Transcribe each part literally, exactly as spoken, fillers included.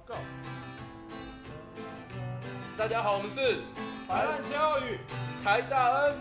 Go！ 大家好，我们是白烂秋与台大恩。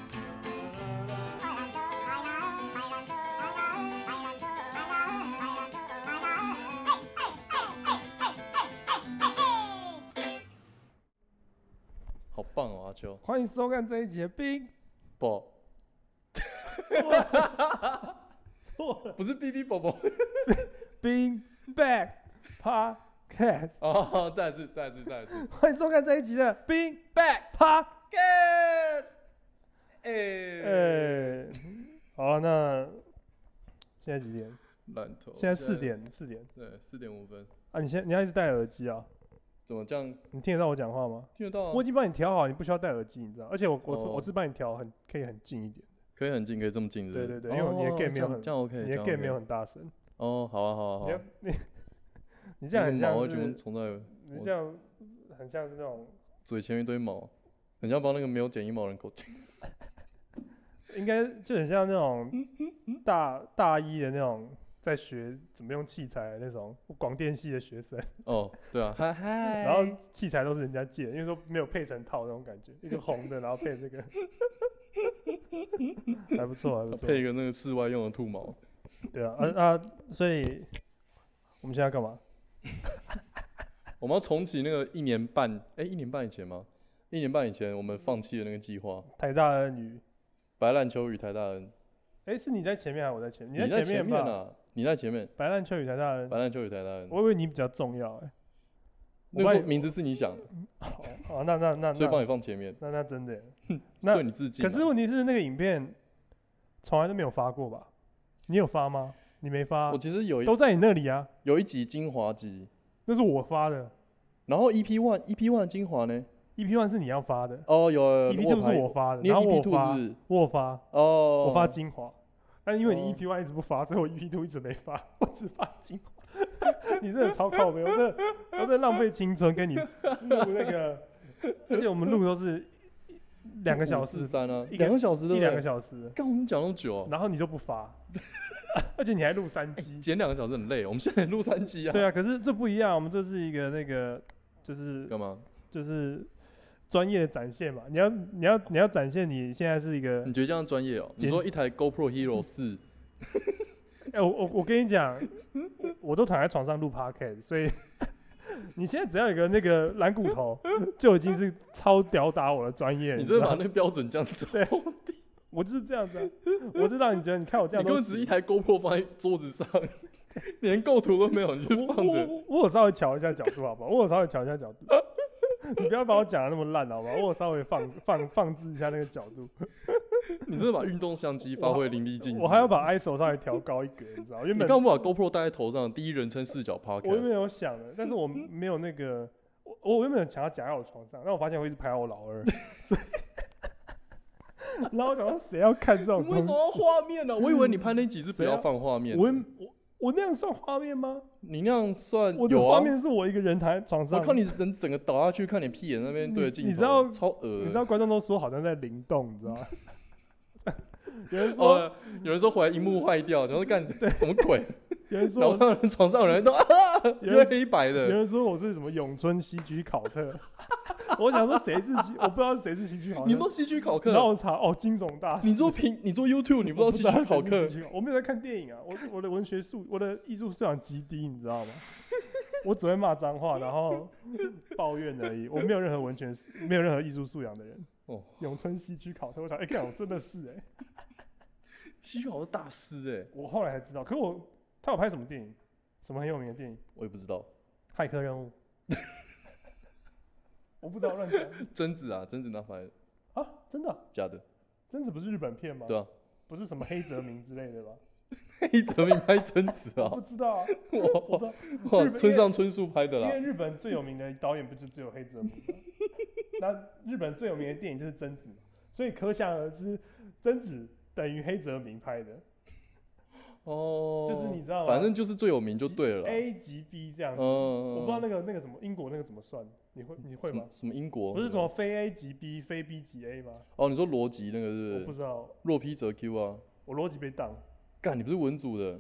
好棒哦，阿秋！ 欢迎收看这一集的冰不， 错了，错了， 不是 B B 宝宝。 冰 back podcast。 哦，再来一次，再来一次，再来一次。 欢迎收看这一集的冰 Back podcast。 哎、 哎，好了，那现在几点？ 烂头。 现在四点，四点。 对，四点五分。 啊，你现你要一直戴耳机啊？ 怎么这样？ 你听得到我讲话吗？ 听得到啊。 我已经帮你调好，你不需要戴耳机，你知道？而且我我、 哦、 我是帮你调很可以很近一点。 可以很近，可以这么近是不是？ 对对对，因为你的 game 没有很， 这样 OK， 你的 game 没有很大声。 哦，好啊好啊好啊。 你你这样很像是， 全部从在， 你这样很像是那种嘴前一堆毛，很像帮那个没有剪一毛人口剪。 应该就很像那种大大一的那种在学怎么用器材的那种广电系的学生。 哦，对啊，嗨嗨。 然后器材都是人家借的，因为说没有配成套那种感觉，一个红的，然后配这个，还不错，还不错。 配一个那个室外用的兔毛。 对啊，啊啊，所以我们现在干嘛？ 我们要重启那个一年半，哎、欸，一年半以前吗？一年半以前我们放弃了那个计划。 台大恩与白烂秋与台大恩。 哎、欸，是你在前面还是我在前面？ 你在前面啊，你在前面。 白烂秋与台大恩。 白烂秋与台大恩。 我以为你比较重要哎、欸。 那个时候名字是你想的。 好，好，那那那， 所以帮你放前面。 那那真的， 那对你自己。 可是问题是那个影片从来都没有发过吧？你有发吗？你没发。 我其实有一， 都在你那里啊。 有一集精华集， 那是我发的。 然后 E P one E P one 精华呢 ？E P one 是你要发的。 哦，有。 E P two 是我发的， 你然后 E 我 P two 发， 是不是？ 我发。 哦。 我发精华，但因为你 E P one 一直不发，所以我 E P two 一直没发，我只发精华。你真的超靠北，我真的我真的浪费青春跟你录那个，而且我们录都是两个小时三啊， 两个小时一两个小时。 干我们讲那么久、啊， 然后你就不发，而且你还录三集， 剪两个小时很累。我们现在录三集啊。 对啊，可是这不一样，我们这是一个那个就是干嘛？ 就是专业的展现嘛。你要你要你要展现你现在是一个， 你觉得这样专业哦、喔？你说一台 GoPro Hero 四。 哎、欸，我我我跟你讲，我都躺在床上录 podcast， 所以你现在只要有个那个蓝骨头，就已经是超吊打我的专业。 你真的把那个标准降走？ 对，我就是这样子、啊，我就让你觉得，你看我这样， 你根本只是一台 GoPro 放在桌子上，连构图都没有，你就放着。 我, 我, 我有稍微调一下角度，好不好？我有稍微调一下角度。你不要把我讲的那么烂，好不好？我有稍微放放放置一下那个角度。 你真的把运动相机发挥淋漓尽致。 我还要把 I S O 稍微调高一格，你知道？因为你刚不把 GoPro 戴在头上，第一人称视角 Podcast。 我原本有想的，但是我没有那个，我我原本想要夹在我床上，但我发现我一直拍到我老二。然后我想说，谁要看这种东西？ 为什么要画面呢、啊？我以为你拍那集是不要放画面。 我我我那样算画面吗？ 你那样算有啊？ 我的画面是我一个人躺在床上， 我看你人整个倒下去，看你屁眼那边对着镜头， 你知道超恶。 你知道观众都说好像在灵动，你知道吗？有人说、 哦，有人说回来荧幕坏掉，然后干什么鬼？ 有人说， 然后床上有人都啊，因为黑白的。 有人说我是什么咏春西区考特，我想说谁是西，我不知道谁是西区考特。 你不知道西区考克？ 然后我查哦，惊悚大师。 你做评，你做 YouTube， 你不知道西区考克？ 我没有在看电影啊，我我的文学素，我的艺术素养极低，你知道吗？我只会骂脏话，然后抱怨而已，我没有任何文学，没有任何艺术素养的人。哦，咏春西区考特，我想，哎、欸，干，我真的是哎、欸， 西区考特大师哎、欸， 我后来才知道，可我他有拍什么电影？什么很有名的电影？ 我也不知道。 骇客任务。我不知道乱讲。 贞子啊，贞子那拍的啊？真的、啊？ 假的？ 贞子不是日本片吗？ 对啊。 不是什么黑泽明之类的吧？ 黑泽明拍贞子啊？ 我不知道啊。 我不知道。 哇，村上春树拍的啦。 因为日本最有名的导演不就只有黑泽明吗？那日本最有名的电影就是贞子，所以可想而知，贞子等于黑泽明拍的。 哦， 就是你知道吗？ 反正就是最有名就对了啦。 A 级 B 这样子， 嗯、 我不知道那个那个什么英国那个怎么算，你会你会吗？ 什么英国？ 不是什么非 A 级 B 非 B 级 A 吗？ 哦，你说逻辑那个是不是？ 我不知道。 若 P 则 Q 啊。 我逻辑被当。 干，你不是文组的？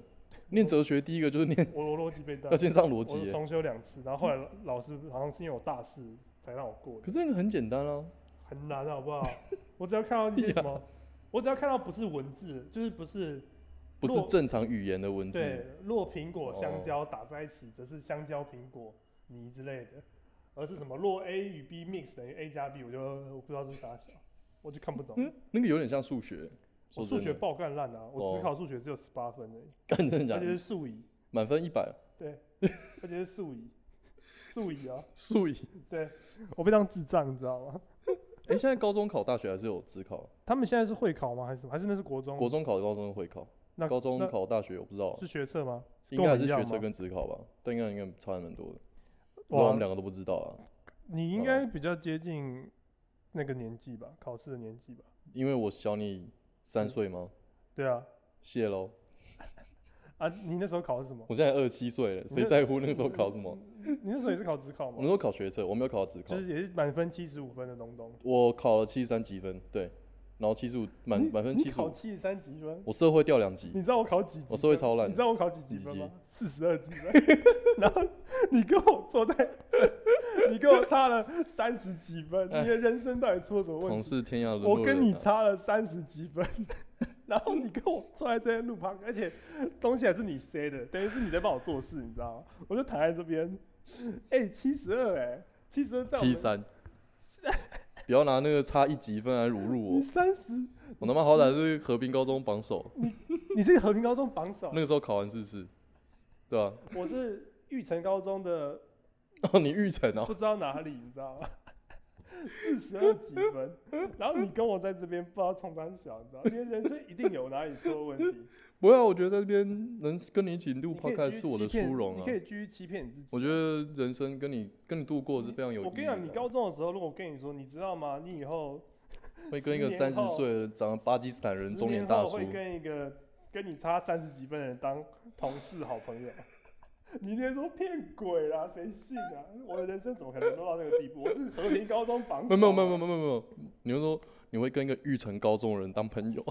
念哲学第一个就是念我逻辑被当， 要先上逻辑， 我重修两次，然后后来老师好像是因为我大四才让我过。 可是那个很简单啊， 很难好不好？我只要看到一些什么，我只要看到不是文字，就是不是不是正常语言的文字， 对，若苹果香蕉打在一起，则是香蕉苹果泥之类的，而是什么若 A 与 B mix 等于 A 加 B， 我就我不知道这是啥小，我就看不懂。 嗯，那个有点像数学。 我数学爆干烂啊！我只考数学只有十八分而已， 干真的假的？ 而且是数乙， 满分一百。 对，而且是数乙，数乙啊， 数乙。 对，我被当智障，你知道吗？ 哎、欸，现在高中考大学还是有指考？ 他们现在是会考吗？还是什么？还是那是国中？ 国中考高中会考，那高中考大学我不知道。 是学测吗？ 应该还是学测跟指考吧，但应该应该差蛮多的。我他们两个都不知道啊。 你应该比较接近那个年纪吧，考试的年纪吧？ 因为我小你三岁吗？ 对啊。 谢喽。 啊，你那时候考的是什么？ 我现在二十七岁了，谁在乎那个时候考什么？ 你那时候也是考指考吗？ 我那时候考学测，我没有考指考。 就是也是满分七十五分的东东。 我考了七十三几分，对，然后七十五满满分七十五。 你考七十三几分？ 我社会掉两级。 你知道我考几级？ 我社会超烂。 你知道我考几级分吗？四十二级分。然后你跟我坐在，你跟我差了三十几分，你的人生到底出了什么问题？ 同是天涯沦落人。我跟你差了三十几分。然后你跟我坐在这边录旁，而且东西还是你塞的，等于是你在帮我做事，你知道吗？我就躺在这边，哎、欸，七十二，哎，七十二在七三，不要拿那个差一级分来辱辱我。 你三十， 我他妈好歹是和平高中榜首。 你你是和平高中榜首？ 那个时候考完试试，对吧、啊？ 我是育成高中的。 哦，你育成哦？ 不知道哪里，你知道吗？四十二几分，然后你跟我在这边不知道冲三小，你知道，你的人生一定有哪里出了问题。 不会啊，我觉得在这边能跟你一起录 podcast 是我的殊荣啊。 你可以继续欺骗你自己。 我觉得人生跟你跟你度过是非常有意义的。 我跟你讲，你高中的时候，如果我跟你说，你知道吗？你以后会跟一个三十岁长得巴基斯坦人中年大叔， 会跟一个跟你差三十几分的人当同事好朋友。你那说骗鬼啦，谁信啊？我的人生怎么可能落到那个地步？我是和平高中榜首。 没有没有没有没有没有，你会说你会跟一个育成高中的人当朋友？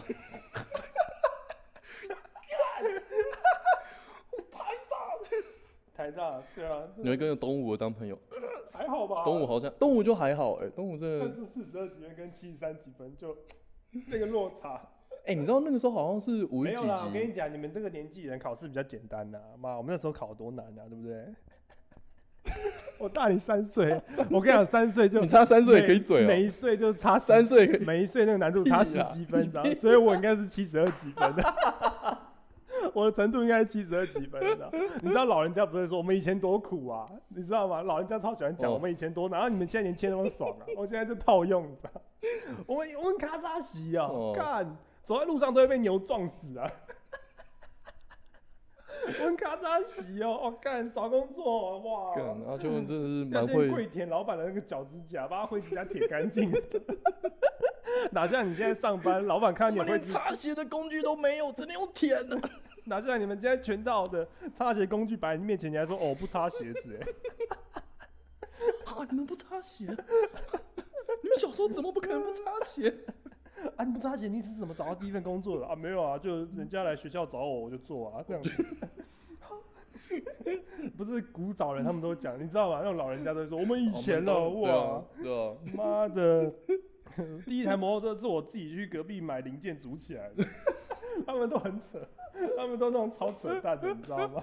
台大，台大，对啊。 你会跟一个东吴的当朋友？ 还好吧。 东吴好像东吴就还好哎、欸，东吴真的。 但是四十二几分跟七十三几分就那个落差。 哎、欸，你知道那个时候好像是五十几级。 没有啦，我跟你讲，你们这个年纪人考试比较简单呐、啊。妈，我们那时候考多难啊，对不对？我大你三岁，我跟你讲，三岁就你差三岁也可以嘴哦、喔， 每一岁就差三岁可以， 每一岁那个难度差十几分，你知道？所以我应该是七十二几分的。我的程度应该是七十二几分的，你知道老人家不是说我们以前多苦啊，你知道吗？老人家超喜欢讲我们以前多难，然后你们现在年轻人那么爽啊，我现在就套用，你知道？我们我们咔嚓洗啊，干、哦，走在路上都会被牛撞死啊！我们咔嚓洗哦，哦干，找工作哇！ 干，阿秋真的是蛮会。 要先跪舔老板的那个脚指甲，把他灰指甲舔干净。哪像你现在上班，老板看到你连擦鞋的工具都没有，只能用舔的。 哪像你们现在全套的擦鞋工具摆在你面前，你还说哦不擦鞋子哎？ 啊，你们不擦鞋？你们小时候怎么不可能不擦鞋？ 啊，你不擦鞋，你是怎么找到第一份工作的啊？没有啊，就人家来学校找我，我就做啊，这样子。不是古早人他们都讲，你知道吗？那种老人家都说我们以前了，哇，妈的，第一台摩托车是我自己去隔壁买零件组起来的，他们都很扯，他们都那种超扯淡的，你知道吗？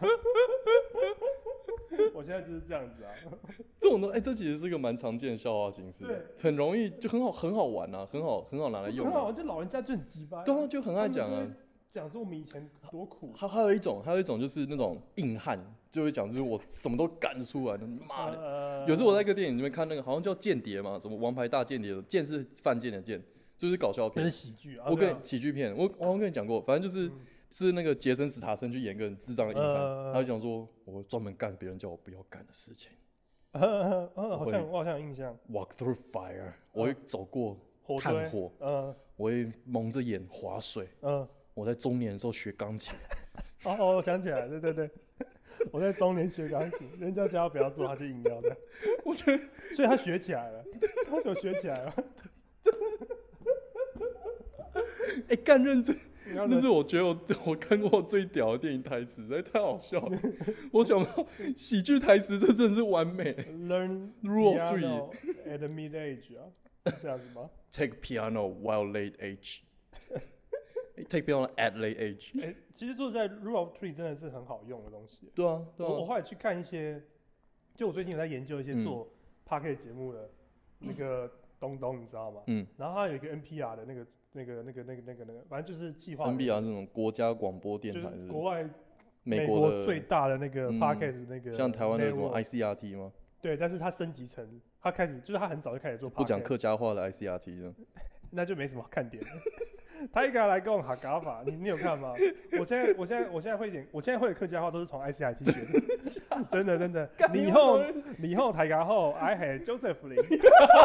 我现在就是这样子啊， 这种东哎、欸，这其实是个蛮常见的笑话形式，很容易就很好很好玩啊，很好很好拿来用、啊， 很好玩，就老人家就很鸡巴， 对啊，就很爱讲啊， 讲说我们以前多苦。 还还有一种，还有一种就是那种硬汉，就会讲就是我什么都干得出来的，妈的！呃、有时候我在一个电影里面看那个，好像叫《间谍》嘛，什么《王牌大间谍》，间是犯贱的贱，就是搞笑片， 是喜剧啊。 我跟喜剧片，我我好像跟你讲过，反正就是。嗯是那个杰森·史塔森去演个很智障的硬汉，呃、他就讲说：“我专门干别人叫我不要干的事情。 呃”呃，好像我好像有印象。 Walk through fire，、呃、我会走过炭火， 呃、 我会蒙着眼划水。 呃、 我在中年的时候学钢琴。 哦哦，我想起来，对对对，我在中年学钢琴，人家叫他不要做，他就硬要的。 我觉得， 所以他学起来了，他就学起来了。 哎、欸，干认真。 那是我觉得我我看过最屌的电影台词，实在太好笑了。我想到喜剧台词，这真的是完美。 Learn rule of three at a mid age 啊，这样子吗 ？Take piano while late age. Take piano at late age. 欸、其实说实在 ，rule of three 真的是很好用的东西。 对啊，对啊。 我我后来去看一些，就我最近有在研究一些做 Podcast 节目的那个东东，你知道吗？嗯。然后他有一个 N P R 的那个。那个、那个、那个、那个、那个，反正就是企划。 N P R 这种国家广播电台， 就是国外美国最大的那个 podcast 那个、 嗯，像台湾的什么 I C R T 吗？ 对，但是它升级成，它开始就是它很早就开始做 podcast， 不讲客家话的 I C R T 那就没什么看点了。他一个来跟我哈嘎法，你你有看吗？我现在我现在我现在会点，我现在会的客家话都是从 I C R T 学的，真的真的。你后你后台嘎后 ，I had Josephine，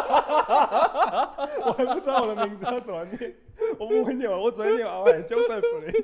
我还不知道我的名字要怎么念，我不会念，我只会念 I had Josephine。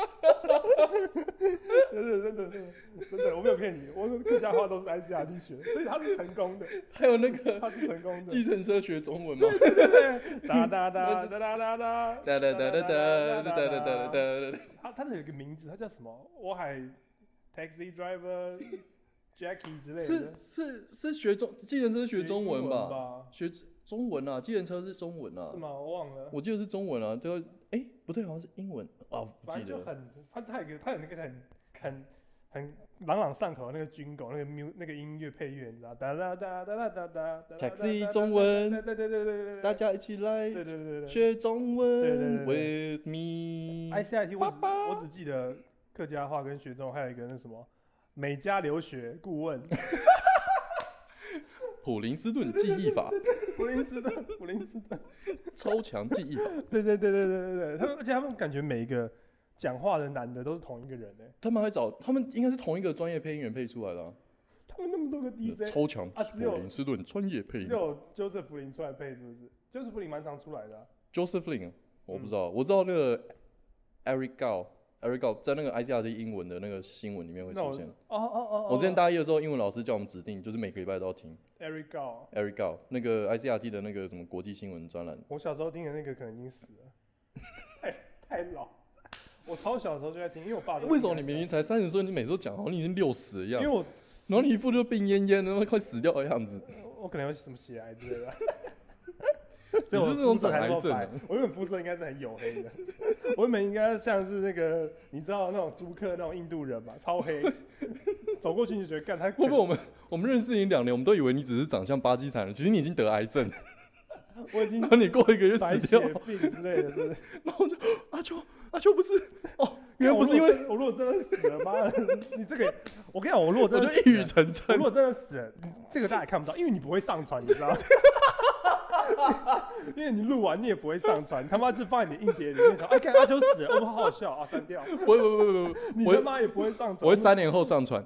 真的真的真的真的，我没有骗你，我客家话都是 I C R T 学的，所以他是成功的。 还有那个他是成功的。 计程车学中文吗？ 对对对对，哒哒哒哒哒哒哒哒哒哒哒哒哒哒哒。他他的有个名字，他叫什么？我还 taxi driver Jackie 之类的。 是是是学中计程车学中文吧？学中文啊，计程车是中文啊。 是吗？我忘了。 我记得是中文啊，就哎不对，好像是英文啊，不记得。 就很他他有个他有那个很很很朗朗上口的那个军狗，那个 mu 那个音乐配乐，你知道？哒哒哒哒哒哒哒。 Taxi 中文， 对对对对对对， 大家一起来， 对对对对， 学中文， 对对对 with me。 I C R T 我只我只记得客家话跟学中文，还有一个那什么美加留学顾问。 普林斯顿记忆法， 普林斯顿，普林斯顿， 超强记忆法。 对对对对对对对，他们而且他们感觉每一个讲话的男的都是同一个人哎。 他们还找他们应该是同一个专业配音员配出来的、啊。 他们那么多个 D J， 超强普林斯顿专业配音， 只有 Joseph 福林出来配是不是 ？Joseph 福林蛮常出来的、啊。 Joseph Lin， 我不知道，嗯、我知道那个 Eric Gao。Eric Gao 在那个 I C R T 英文的那个新闻里面会出现。 哦哦哦！ 我之前大一的时候，英文老师叫我们指定，就是每个礼拜都要听。 Eric Gao。 Eric Gao 那个 I C R T 的那个什么国际新闻专栏。 我小时候听的那个可能已经死了，太太老。我超小的时候就在听，因为我爸。 为什么你明明才三十岁，你每次都讲好像你已经六十一样？ 因为我， 然后你一副就病恹恹的，快死掉的样子。 我可能有什么血癌之类的。 所以我是这种长癌症、啊。 我原本肤色应该是很黝黑的，我原本应该像是那个你知道那种租客那种印度人嘛，超黑，走过去你就觉得干他。 会不会我们我们认识你两年，我们都以为你只是长相巴基斯坦人，其实你已经得癌症。 我已经， 然后你过一个月死掉， 白血病之类的，是不是？ 然后就阿秋阿秋不是哦，原来不是因为我如果真的死了，妈的，你这个我跟你讲，我如果真的我就一语成谶。 我如果真的死了，这个大家也看不到，因为你不会上传，你知道吗？因为你录完你也不会上传，他妈就放在你硬碟里面。哎，看阿秋死了，哦，好好笑啊，删掉。 不会不会不会不会， 你他妈也不会上传。 我会三年后上传。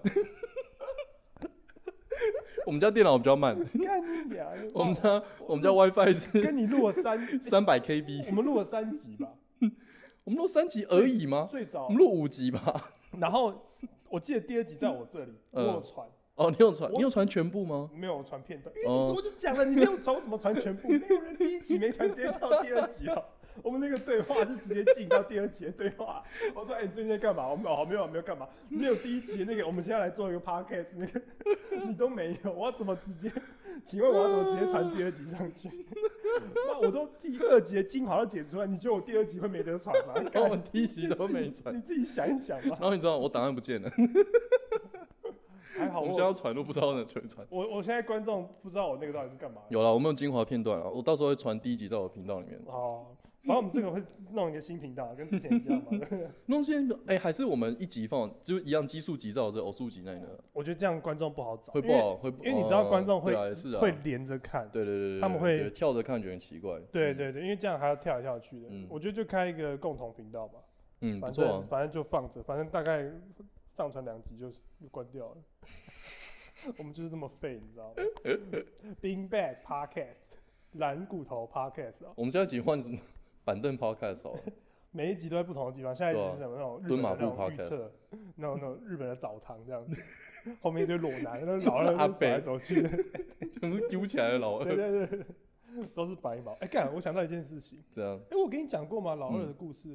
我们家电脑比较慢。我们家我们家 WiFi 是跟你录了三三百 K B。 我们录了三集吧。 我们录三集而已吗？ 最早我们录五集吧。 然后我记得第二集在我这里，我有传。 哦，你有传？你有传全部吗？ 没有传片段，因为我就讲了，你没有传，我怎么传全部？没有人第一集没传，直接跳第二集了。我们那个对话是直接进到第二集的对话。我说：“哎、欸，你最近在干嘛？”我们哦，没有没有干嘛，没有第一集那个。我们现在来做一个 podcast， 那个你都没有，我要怎么直接？请问我要怎么直接传第二集上去？那我都第二集的精华都剪出来，你觉得我第二集会没得传吗？ 我们第一集都没传， 你自己想一想吧。 然后你知道我档案不见了。 还好我， 我们现在要传都不知道能传传。 我我现在观众不知道我那个到底是干嘛。 有了，我们有精华片段了，我到时候会传第一集在我频道里面。 哦，反正我们这个会弄一个新频道，跟之前一样嘛。 弄新哎、欸，还是我们一集放就一样基数急躁，这偶数集那的。 我觉得这样观众不好找， 会不好，会因为你知道观众会、 哦啊啊、 会连着看， 对对 对, 對， 他们会跳着看觉得很奇怪。 对对对，因为这样还要跳来跳去的。 嗯、 我觉得就开一个共同频道吧。 嗯， 反正不错、啊。 反正就放着，反正大概上传两集就就关掉了。我们就是这么废，你知道吗？Being Back Podcast， 蓝骨头 Podcast 啊。 我们现在集换板凳 Podcast 好了。 每一集都在不同的地方，下一集是什么那种日本的那种预测，那种那种日本的澡堂这样子，后面一堆裸男，那老人走来走去， 全部是丢起来的老二。 对对对，都是白毛。哎、欸，干！我想到一件事情。 这样。 哎、欸，我跟你讲过吗？老二的故事。嗯、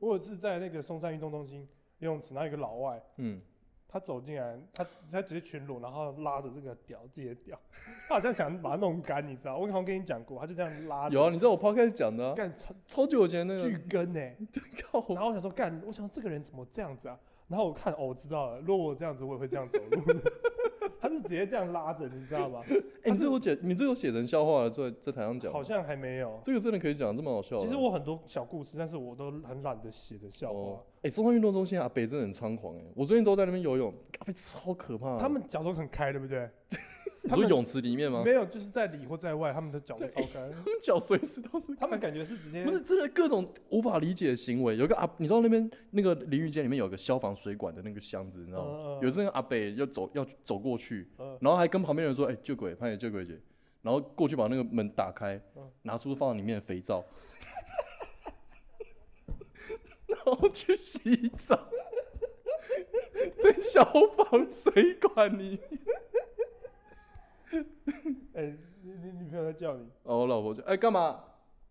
我有次在那个松山运动中心游泳池，然后一个老外，嗯，他走进来，他他直接全裸，然后拉着这个屌自己的屌，他好像想把它弄干，你知道？我好像跟你讲过，他就这样拉着。 有啊，你知道我 podcast 讲的、啊， 干超超久以前那个巨根哎、欸，然后我想说干，我想说这个人怎么这样子啊？然后我看哦，我知道了，如果我这样子，我也会这样走路。他是直接这样拉着，你知道吗？ 哎、欸，你这有写，你这有写成笑话了，在在台上讲？ 好像还没有。 这个真的可以讲，这么好笑。 其实我很多小故事，但是我都很懒得写成笑话。哎、 哦欸，松山运动中心阿北真的很猖狂哎，我最近都在那边游泳，阿北超可怕。 他们脚都很开，对不对？ 你说泳池里面吗？ 没有，就是在里或在外，他们的脚都超开。 他们脚随时都是。 他们感觉是直接。 不是真的各种无法理解的行为。有一个阿，你知道那边那个淋浴间里面有个消防水管的那个箱子，你知道吗？嗯嗯、有一次那个阿北要走要走过去，嗯、然后还跟旁边人说：“哎、欸，救鬼，快点救鬼姐！”然后过去把那个门打开，嗯、拿出放在里面的肥皂，然后去洗澡，在消防水管里面。 哎、欸，你你女朋友在叫你？ 哦，我老婆就哎干、欸、嘛？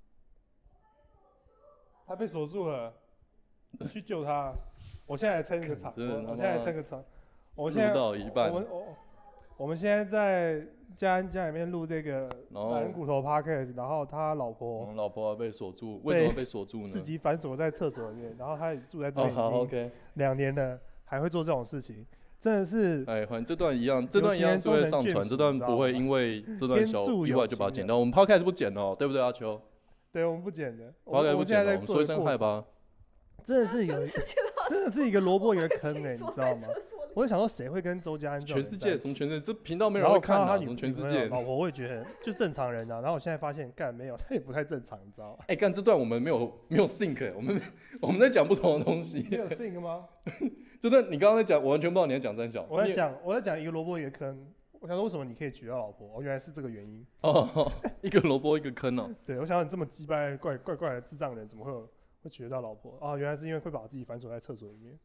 她被锁住了，你去救她。我现在来撑个场，我我现在来撑个场。我现在录到一半， 我们我我们现在在嘉恩家里面录这个懒人骨头 podcast， 然后他老婆， 嗯，老婆被锁住，为什么被锁住呢？ 自己反锁在厕所里面，然后他也住在这里已经两年了，还会做这种事情。真的是， 哎，反正这段一样，这段一样是会上传，这段不会因为这段小意外就把它剪掉。我们 podcast 不剪哦，对不对，阿秋？ 对，我们不剪的。 podcast 不剪的，我们说一声嗨吧。 真的是一个，真的是一个萝卜一个坑哎，你知道吗？我就想说，谁会跟周家安？ 全世界什么全世界？这频道没人会看啊，什么全世界？ 老婆我也觉得就正常人啊。然后我现在发现，干没有，他也不太正常，你知道吗？ 哎，干这段我们没有没有 sync， 我们我们在讲不同的东西。 没有 sync 吗？ 这段你刚刚在讲，我完全不知道你在讲三小。 我在讲我在讲一个萝卜一个坑。我想说，为什么你可以娶到老婆？哦，原来是这个原因。 哦，一个萝卜一个坑哦。 对，我想到你这么鸡掰怪怪怪的智障人，怎么会有会娶得到老婆？哦，原来是因为会把自己反锁在厕所里面。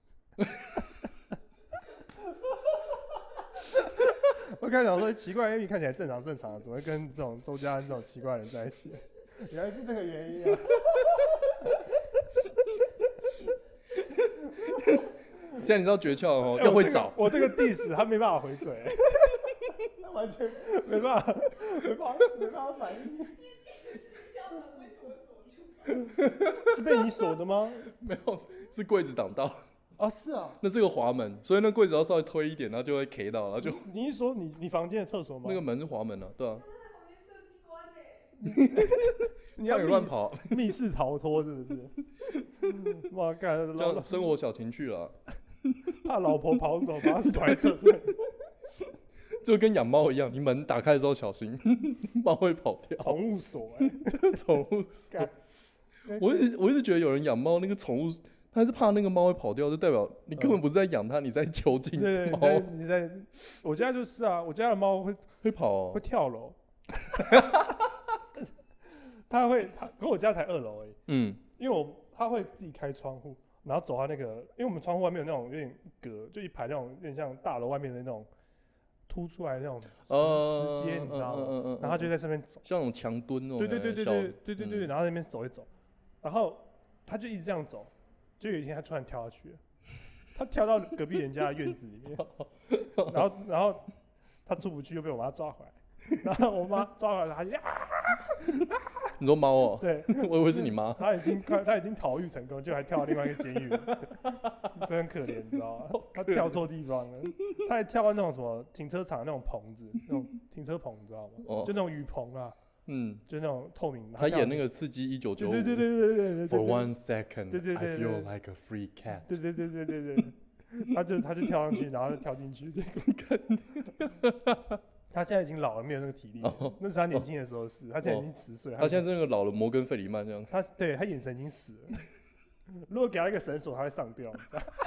我开始想说奇怪 ，Amy 看起来正常正常的，怎么会跟这种周家安这种奇怪的人在一起？原来是这个原因啊！ 现在你知道诀窍哦，欸、要会找。 我这个 diss 他没办法回嘴，他完全没办法，没办法，没办法反应。是被你锁的吗？ 没有，是柜子挡到。 哦，是啊， 那是个滑門，所以那柜子要稍微推一点，然後就會 K 到，然後就。 你是說你你房間的廁所嗎？ 那個門是滑門啊，對啊。 你要亂跑， 密室逃脫是不是？哇，幹！ 這樣生活小情趣啦。 怕老婆跑走，把他甩廁所。 就跟養貓一樣，你門打開的時候小心，貓會跑掉。 寵物鎖哎、欸， 寵物鎖。我一直我一直覺得有人養貓，那個寵物。他是怕那個貓會跑掉，就代表你根本不是在養它，嗯、你在囚禁貓。 對，你在，我家就是啊，我家的貓會會跑、哦， 會跳樓。它會，它，可我家才二樓而已。嗯，因為我它會自己開窗戶，然後走到那個，因為我們窗戶外面有那種有點隔，就一排那種有點像大樓外面的那種凸出來的那種石階，你知道嗎？嗯嗯嗯、然後它就在上面走， 像那種牆墩哦。 對對對對對對對對，然後在那邊走一走，然後它就一直這樣走。就有一天，他突然跳下去了，他跳到隔壁人家的院子里面，然後然後他出不去，又被我媽抓回來，然後我媽抓回來，他就啊！ 你說貓哦？ 對， 我以為是你媽。 他已經快，他已經逃獄成功，就還跳到另外一個監獄，真很可憐，你知道嗎？他跳錯地方了，他還跳到那種什麼停車場那種棚子，那種停車棚，你知道嗎？哦、就那種雨棚啊。嗯，就那種透明的。 他演那個刺激一九九五。 對對對對對對。 For one second, 對對對對 I feel like a free cat。 對對對對對對。他就他就跳上去，然後就跳進去。他現在已經老了，沒有那個體力。哦、那是他年輕的時候是，他現在已經十歲。 他現在是那個老了摩根費里曼這樣。 他對他眼神已經死了。如果給他一個繩索，他會上吊。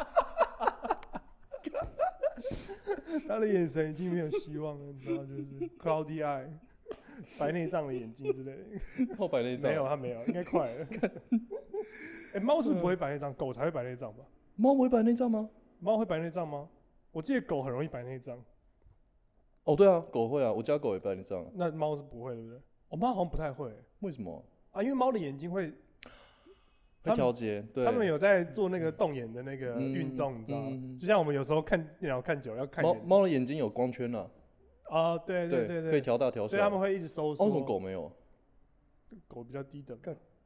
他的眼神已經沒有希望了，你知道就是 cloudy eye。白內障的眼睛之類的， 套白內障？ 沒有，他沒有，應該快了。哎、欸，貓是不會白內障，狗才會白內障吧？ 貓會白內障嗎？ 貓會白內障嗎？我記得狗很容易白內障。 哦，對啊，狗會啊，我家狗也白內障。 那貓是不會，對不對？我、哦、貓好像不太會。 為什麼？ 啊，因為貓的眼睛會， 会调节，对， 他们有在做那个动眼的那个运动，嗯、你知道吗、嗯？就像我们有时候看电脑看久要看猫猫的眼睛有光圈啊。 啊、哦，对对对对， 可以调大调小， 所以他们会一直收缩。 为什么狗没有？ 狗比较低等。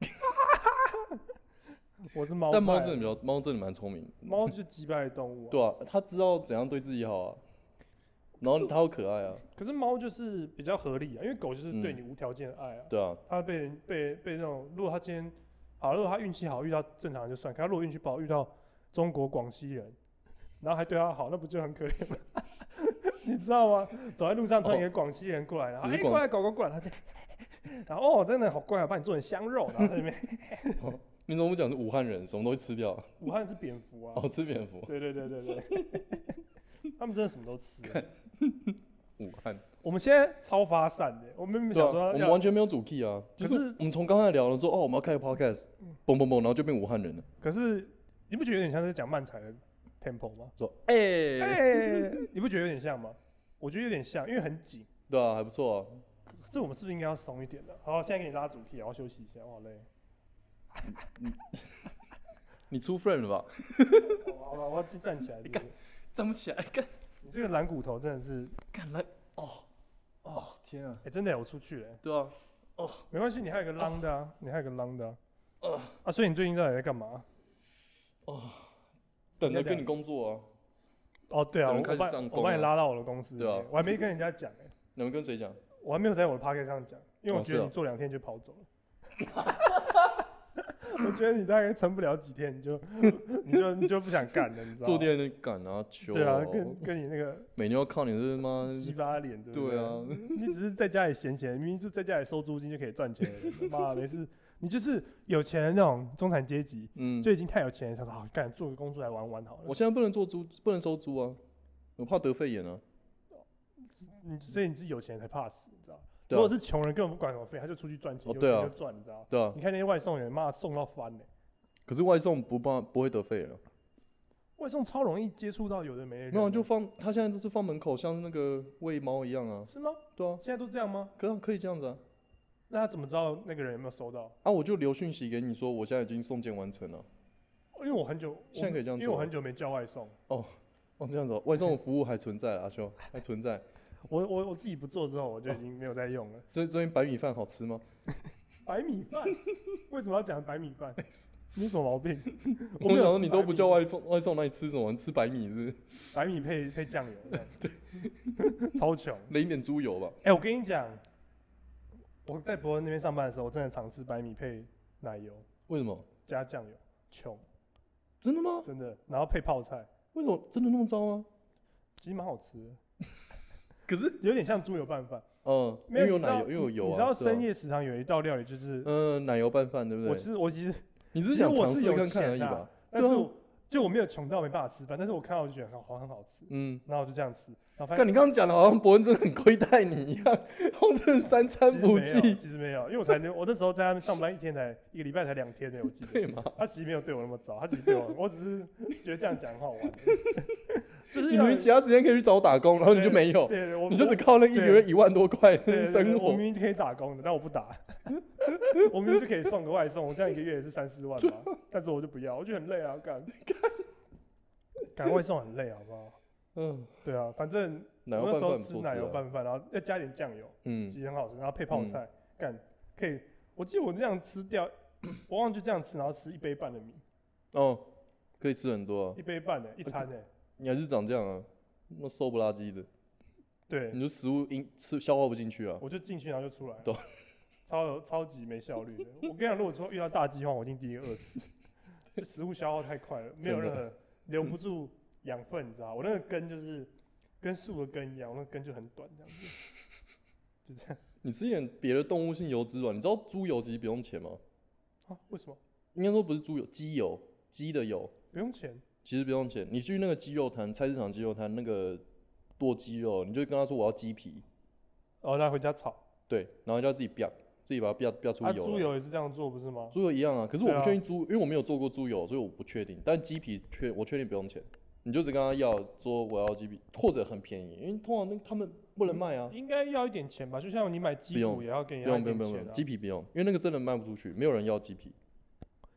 我是猫， 但猫真的比较，猫真的蛮聪明。 猫就是击败的动物、啊。 对啊，它知道怎样对自己好啊，然后它又可爱啊。 可是猫就是比较合理啊，因为狗就是对你无条件的爱啊。 嗯、对啊。 它被人被被那种，如果它今天好，如果它运气好遇到正常人就算，可它如果运气不好遇到中国广西人，然后还对它好，那不就很可怜吗？你知道吗？走在路上突然一个广西人过来，然后哎、欸、过来狗狗过来，他就，然后哦真的好乖啊，帮你做成香肉，然后在那边。 哦、你怎么不讲是武汉人，什么都会吃掉？ 武汉是蝙蝠啊。 哦，吃蝙蝠。 对对对对对。他们真的什么都吃、啊。 武汉。 我们现在超发散的，我们想说、 啊，我们完全没有主 key 啊，就是我们从刚才聊了说哦我们要开个 podcast， 嘣嘣嘣，然后就变武汉人了。 可是你不觉得有点像是讲漫才的 tempo 吗？ 说哎哎、 欸欸，你不觉得有点像吗？我觉得有点像，因为很紧。 对啊，还不错啊。 这我们是不是应该要松一点的？好，现在给你拉主 key，我要休息一下，我好累。 你你出 friend 了吧？ 好了，我要站起来。 你干站不起来，干你这个蓝骨头真的是干来哦哦天啊！ 哎、欸，真的我出去了、欸。 对啊。哦， 没关系，你还有个 long 的啊，你还有个 long 的啊。 呃啊，所以你最近到底在干嘛？ 哦，等着跟你工作啊。 哦，对啊，我把我把你拉到我的公司， 对啊， 我还没跟人家讲哎。 你们跟谁讲？ 我还没有在我的 podcast 上讲，因为我觉得你做两天就跑走了。我觉得你大概撑不了几天，你就你就你就不想干了，你知道吗？ 坐电就赶啊，求。 对啊，跟跟你那个每年要靠你这妈鸡巴脸，对不对？ 对啊， 你只是在家里闲闲，明明就在家里收租金就可以赚钱的人，妈没事。你就是有钱的那种中产阶级，嗯，就已经太有钱了，想说好干做个工作来玩玩好了。 我现在不能做租，不能收租啊，我怕得肺炎啊。 你所以你是有钱才怕死，你知道？如果是穷人，根本不管什么费，他就出去赚钱，有钱就赚，你知道？ 对啊。 你看那些外送员，妈送到翻嘞。 可是外送不怕不会得肺啊。 外送超容易接触到有的没的。 没有，就放他现在都是放门口，像那个喂猫一样啊。 是吗？ 对啊。 现在都这样吗？ 可可以这样子啊。 那他怎么知道那个人有没有收到？ 啊，我就留讯息给你说，我现在已经送件完成了。 因为我很久， 现在可以这样做， 因为我很久没叫外送。 哦，哦这样子、哦，外送的服务还存在，阿修还存在。 我我我自己不做之后，我就已经没有在用了。 最最近白米饭好吃吗？ 白米饭？为什么要讲白米饭？你有什么毛病？ 我想说你都不叫外送，外送那你吃什么？你吃白米是不是？ 白米配配酱油， 对， 超穷， 淋一点猪油吧。 哎、欸，我跟你讲，我在伯恩那边上班的时候，我真的常吃白米配奶油。 为什么？ 加酱油，穷。 真的吗？ 真的，然后配泡菜。 为什么？真的那么糟吗？ 其实蛮好吃的。 可是有点像猪油拌饭， 嗯，因为有奶油，因为有油啊。 你知道深夜食堂有一道料理就是， 嗯，奶油拌饭，对不对？ 我是我其实， 你只是想尝试看看而已吧？ 但是我就我没有穷到没办法吃饭，但是我看到我就觉得好很好吃，嗯，然后我就这样吃。然后发现， 你刚刚讲的好像伯恩真的很亏待你一样，我真的三餐不济。 其实没有，因为我才我那时候在那边上班一天才一个礼拜才两天呢，我记得。 对吗？ 他其实没有对我那么糟，他其实对我，我只是觉得这样讲很好玩。就是你明明其他时间可以去找我打工，然后你就没有， 对对， 你就只靠那一个月一万多块生活。 我明明可以打工的，但我不打。我明明就可以送个外送，我这样一个月也是三四万吧，但是我就不要，我觉得很累啊，干赶外送很累，好不好？嗯，对啊，反正我那时候吃奶油拌饭，然后要加点酱油，嗯，其实很好吃，然后配泡菜，干可以。我记得我这样吃掉，我忘记这样吃，然后吃一杯半的米。 哦，可以吃很多啊， 一杯半的一餐呢。 你还是长这样啊，那么瘦不拉几的。 对， 你就食物因吃消化不进去啊。 我就进去然后就出来了，对，超超级没效率的。我跟你讲，如果说遇到大饥荒，我一定第一个饿死。就食物消耗太快了，没有任何留不住养分，你知道？我那个根就是跟树的根一样，我那个根就很短，这样子，就这样。 你吃点别的动物性油脂吧，你知道猪油其实不用钱吗？ 啊？为什么？ 应该说不是猪油，鸡油，鸡的油不用钱。 其实不用钱，你去那个鸡肉摊，菜市场鸡肉摊那个剁鸡肉，你就跟他说我要鸡皮， 哦，拿回家炒。 对，然后就要自己煸，自己把它煸煸出油。 啊，猪油也是这样做不是吗？ 猪油一样啊，可是我不确定猪，因为我没有做过猪油，所以我不确定。但鸡皮确我确定不用钱，你就只跟他要说我要鸡皮，或者很便宜，因为通常那他们不能卖啊。 应该要一点钱吧，就像你买鸡骨也要给你要一点钱啊。 不用不用不用，鸡皮不用，因为那个真的卖不出去，没有人要鸡皮。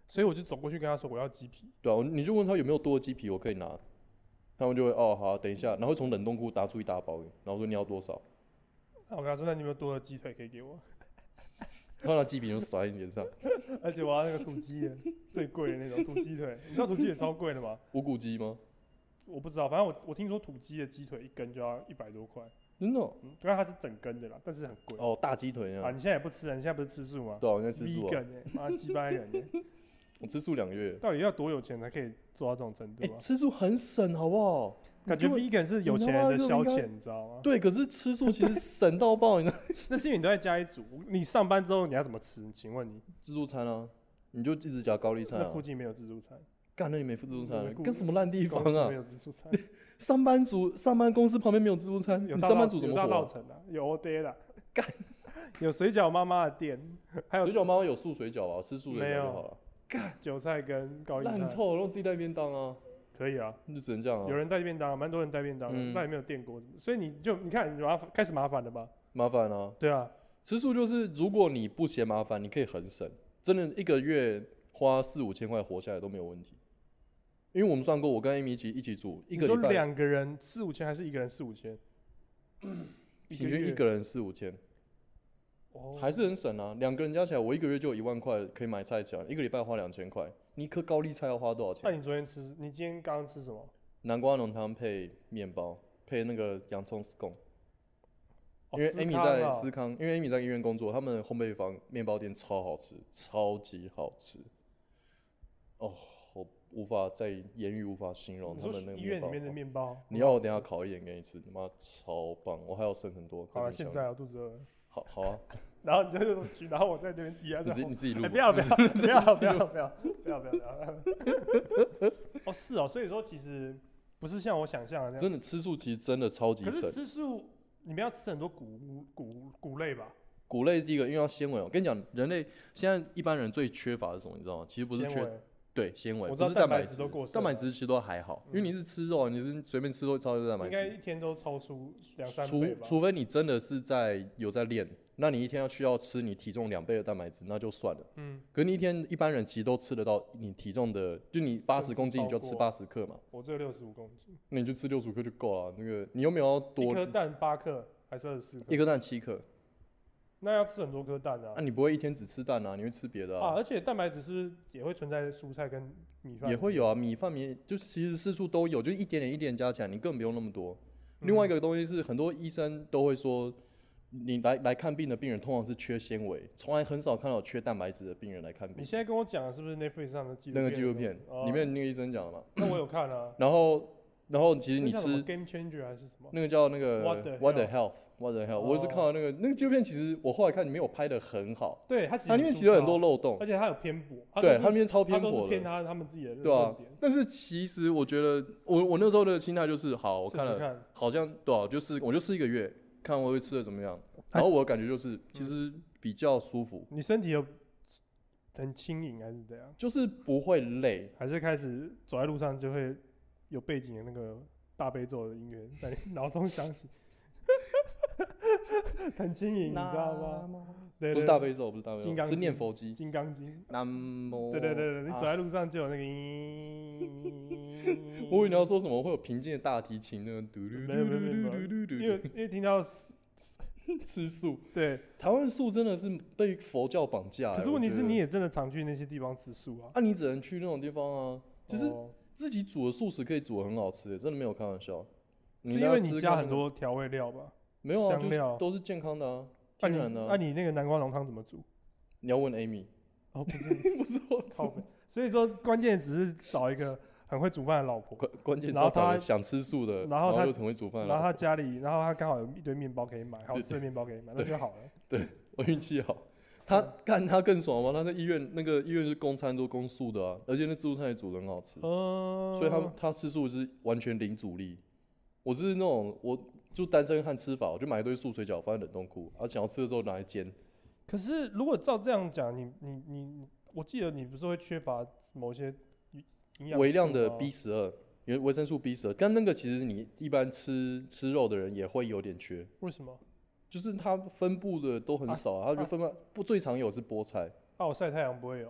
所以我就走过去跟他说我要鸡皮。 对啊，你就问他有没有多的鸡皮，我可以拿。他们就会哦好，等一下，然后从冷冻库拿出一大包，然后说你要多少？ 我跟他说那你有没有多的鸡腿可以给我？ 然后拿鸡皮就甩你脸上。 而且我要那个土鸡的，最贵的那种土鸡腿，你知道土鸡也超贵的吗？ 无骨鸡吗？ 我不知道，反正我我听说土鸡的鸡腿一根就要一百多块。 真的、哦？ 嗯，虽然它是整根的啦，但是很贵。 哦，大鸡腿那样。 啊，你现在也不吃了，你现在不是吃素吗？ 对啊，我现在吃素啊。 vegan 哎，妈鸡掰人哎！ 我吃素两个月。 到底要多有钱才可以做到这种程度啊？ 欸、吃素很省，好不好？ 感觉 vegan 是有钱人的消遣，你知道吗？ 对，可是吃素其实省到爆，你知道？ 那是因为你都在家里煮，你上班之后你要怎么吃？请问你？ 自助餐啊，你就一直夹高丽菜、啊。 那附近没有自助餐。 干，那你没自助餐，跟什么烂地方啊？ 没有自助餐。 上班族上班公司旁边没有自助餐，你上班族怎么活、啊？ 有大稻埕啊，有 O D 啦。干，有水饺妈妈的店，还有水饺妈妈有素水饺啊，吃素水饺就好了。 干，韭菜跟高丽菜。 烂透了，让自己带便当啊。 可以啊， 那就只能这样啊。 有人带便当，蛮多人带便当的，嗯、那也没有电锅，所以你就你看你麻烦开始麻烦了吧？ 麻烦啊。对啊， 吃素就是如果你不嫌麻烦，你可以很省，真的一个月花四五千块活下来都没有问题。因为我们算过，我跟 Amy 一起一起煮，一个礼拜两个人四五千还是一个人四五千？ 平均一个人四五千，还是很省啊。两个人加起来，我一个月就有一万块可以买菜钱，一个礼拜花两千块。你一颗高丽菜要花多少钱？ 那你昨天吃，你今天刚刚吃什么？ 南瓜浓汤配面包，配那个洋葱丝贡。因为 Amy 在思康，因为 Amy 在医院工作，他们烘焙坊面包店超好吃，超级好吃。哦，我无法在言语无法形容他们那个面包。 医院里面的面包， 你要我等一下烤一点给你吃，他妈超棒！我还要剩很多。 好了，现在我肚子饿了。 好好啊。 然后你就去，然后我在这边自己你自己你自己录、 欸。不要不要不要不要不要不要不要不要！哦，是哦，所以说其实不是像我想象的那样。 真的吃素其实真的超级省。 可是吃素你们要吃很多谷谷谷类吧？ 谷类第一个因为要纤维，我跟你讲，人类现在一般人最缺乏的是什么？你知道吗？其实不是缺。对，纤维， 不是蛋白质都过剩， 蛋白质其实都还好，嗯、因为你是吃肉，你是随便吃都超多蛋白质， 应该一天都超出两三倍吧。 除除非你真的是在有在练，那你一天要需要吃你体重两倍的蛋白质，那就算了。嗯，可是你一天一般人其实都吃得到你体重的，就你八十公斤你就吃八十克嘛。 我只有六十五公斤， 那你就吃六十克就够了。那个你有没有要多？ 一颗蛋八克还是二十四克？ 一颗蛋七克。 那要吃很多颗蛋啊！ 啊，你不会一天只吃蛋啊？你会吃别的啊？ 啊，而且蛋白质是不是也会存在蔬菜跟米饭？ 也会有啊，米饭米就是其实四处都有，就一点点一点加起来，你根本不用那么多。嗯、另外一个东西是，很多医生都会说，你来来看病的病人通常是缺纤维，从来很少看到有缺蛋白质的病人来看病。 你现在跟我讲的是不是 Netflix 上的纪录片？ 那个纪录片、哦、里面那个医生讲的嘛？ 那我有看啊。 然后。然后其实你吃 Game Changer 还是什么？ 那个叫那个 What the What the Health，What the Health，、哦、我也是看到那个那个纪录片，其实我后来看没有拍的很好。 对，它其实它里面其实有很多漏洞， 而且它有偏颇。 对，它那边超偏颇的。 偏他他们自己的论点。对啊，但是其实我觉得我我那时候的心态就是好，我看了试试看好像对啊，就是我就试一个月，看我会吃的怎么样。然后我的感觉就是其实比较舒服。 你身体有很轻盈还是怎样？ 就是不会累， 还是开始走在路上就会有背景的那个。大悲咒的音乐在你脑中响起，很轻盈，你知道吗？对对对， 不是大悲咒，不是大悲咒，是念佛机， 金刚经。 南无。 对对对对，你走在路上就有那个音。 我以为你要说什么会有平静的大提琴那个嘟嘟嘟嘟嘟嘟嘟，因为因为听到吃素， 对， 台湾素真的是被佛教绑架。 可是问题是，你也真的常去那些地方吃素啊？ 啊，你只能去那种地方啊，其实。自己煮的素食可以煮的很好吃，真的没有开玩笑。 是因为你加很多调味料吧？ 没有啊， 香料都是健康的啊，天然的、啊。 那、啊、你那個南瓜濃湯怎麼煮？ 你要問 Amy。 哦，不是， 不是我煮。 所以說關鍵只是找一個很會煮飯的老婆。 關關鍵是找想吃素的， 然後他又很會煮飯。 然後他家裡，然後他剛好有一堆麵包可以買，好吃的麵包可以買，那就好了。 對，我運氣好。他干他更爽嗎？他在醫院那個醫院是供餐都供素的啊，而且那自助餐也煮得很好吃，呃、所以他他吃素是完全零阻力。我是那種我就單身漢吃法，我就買一堆素水餃放在冷凍庫，啊想要吃的時候拿來煎。 可是如果照這樣講，你你你，我記得你不是會缺乏某些營養？ 微量的 B 十二，因為維生素 B 十二，但那個其實你一般吃吃肉的人也會有點缺。 為什麼？ 就是它分布的都很少、啊，它就分布不最常有是菠菜。 啊，我曬太陽不會有。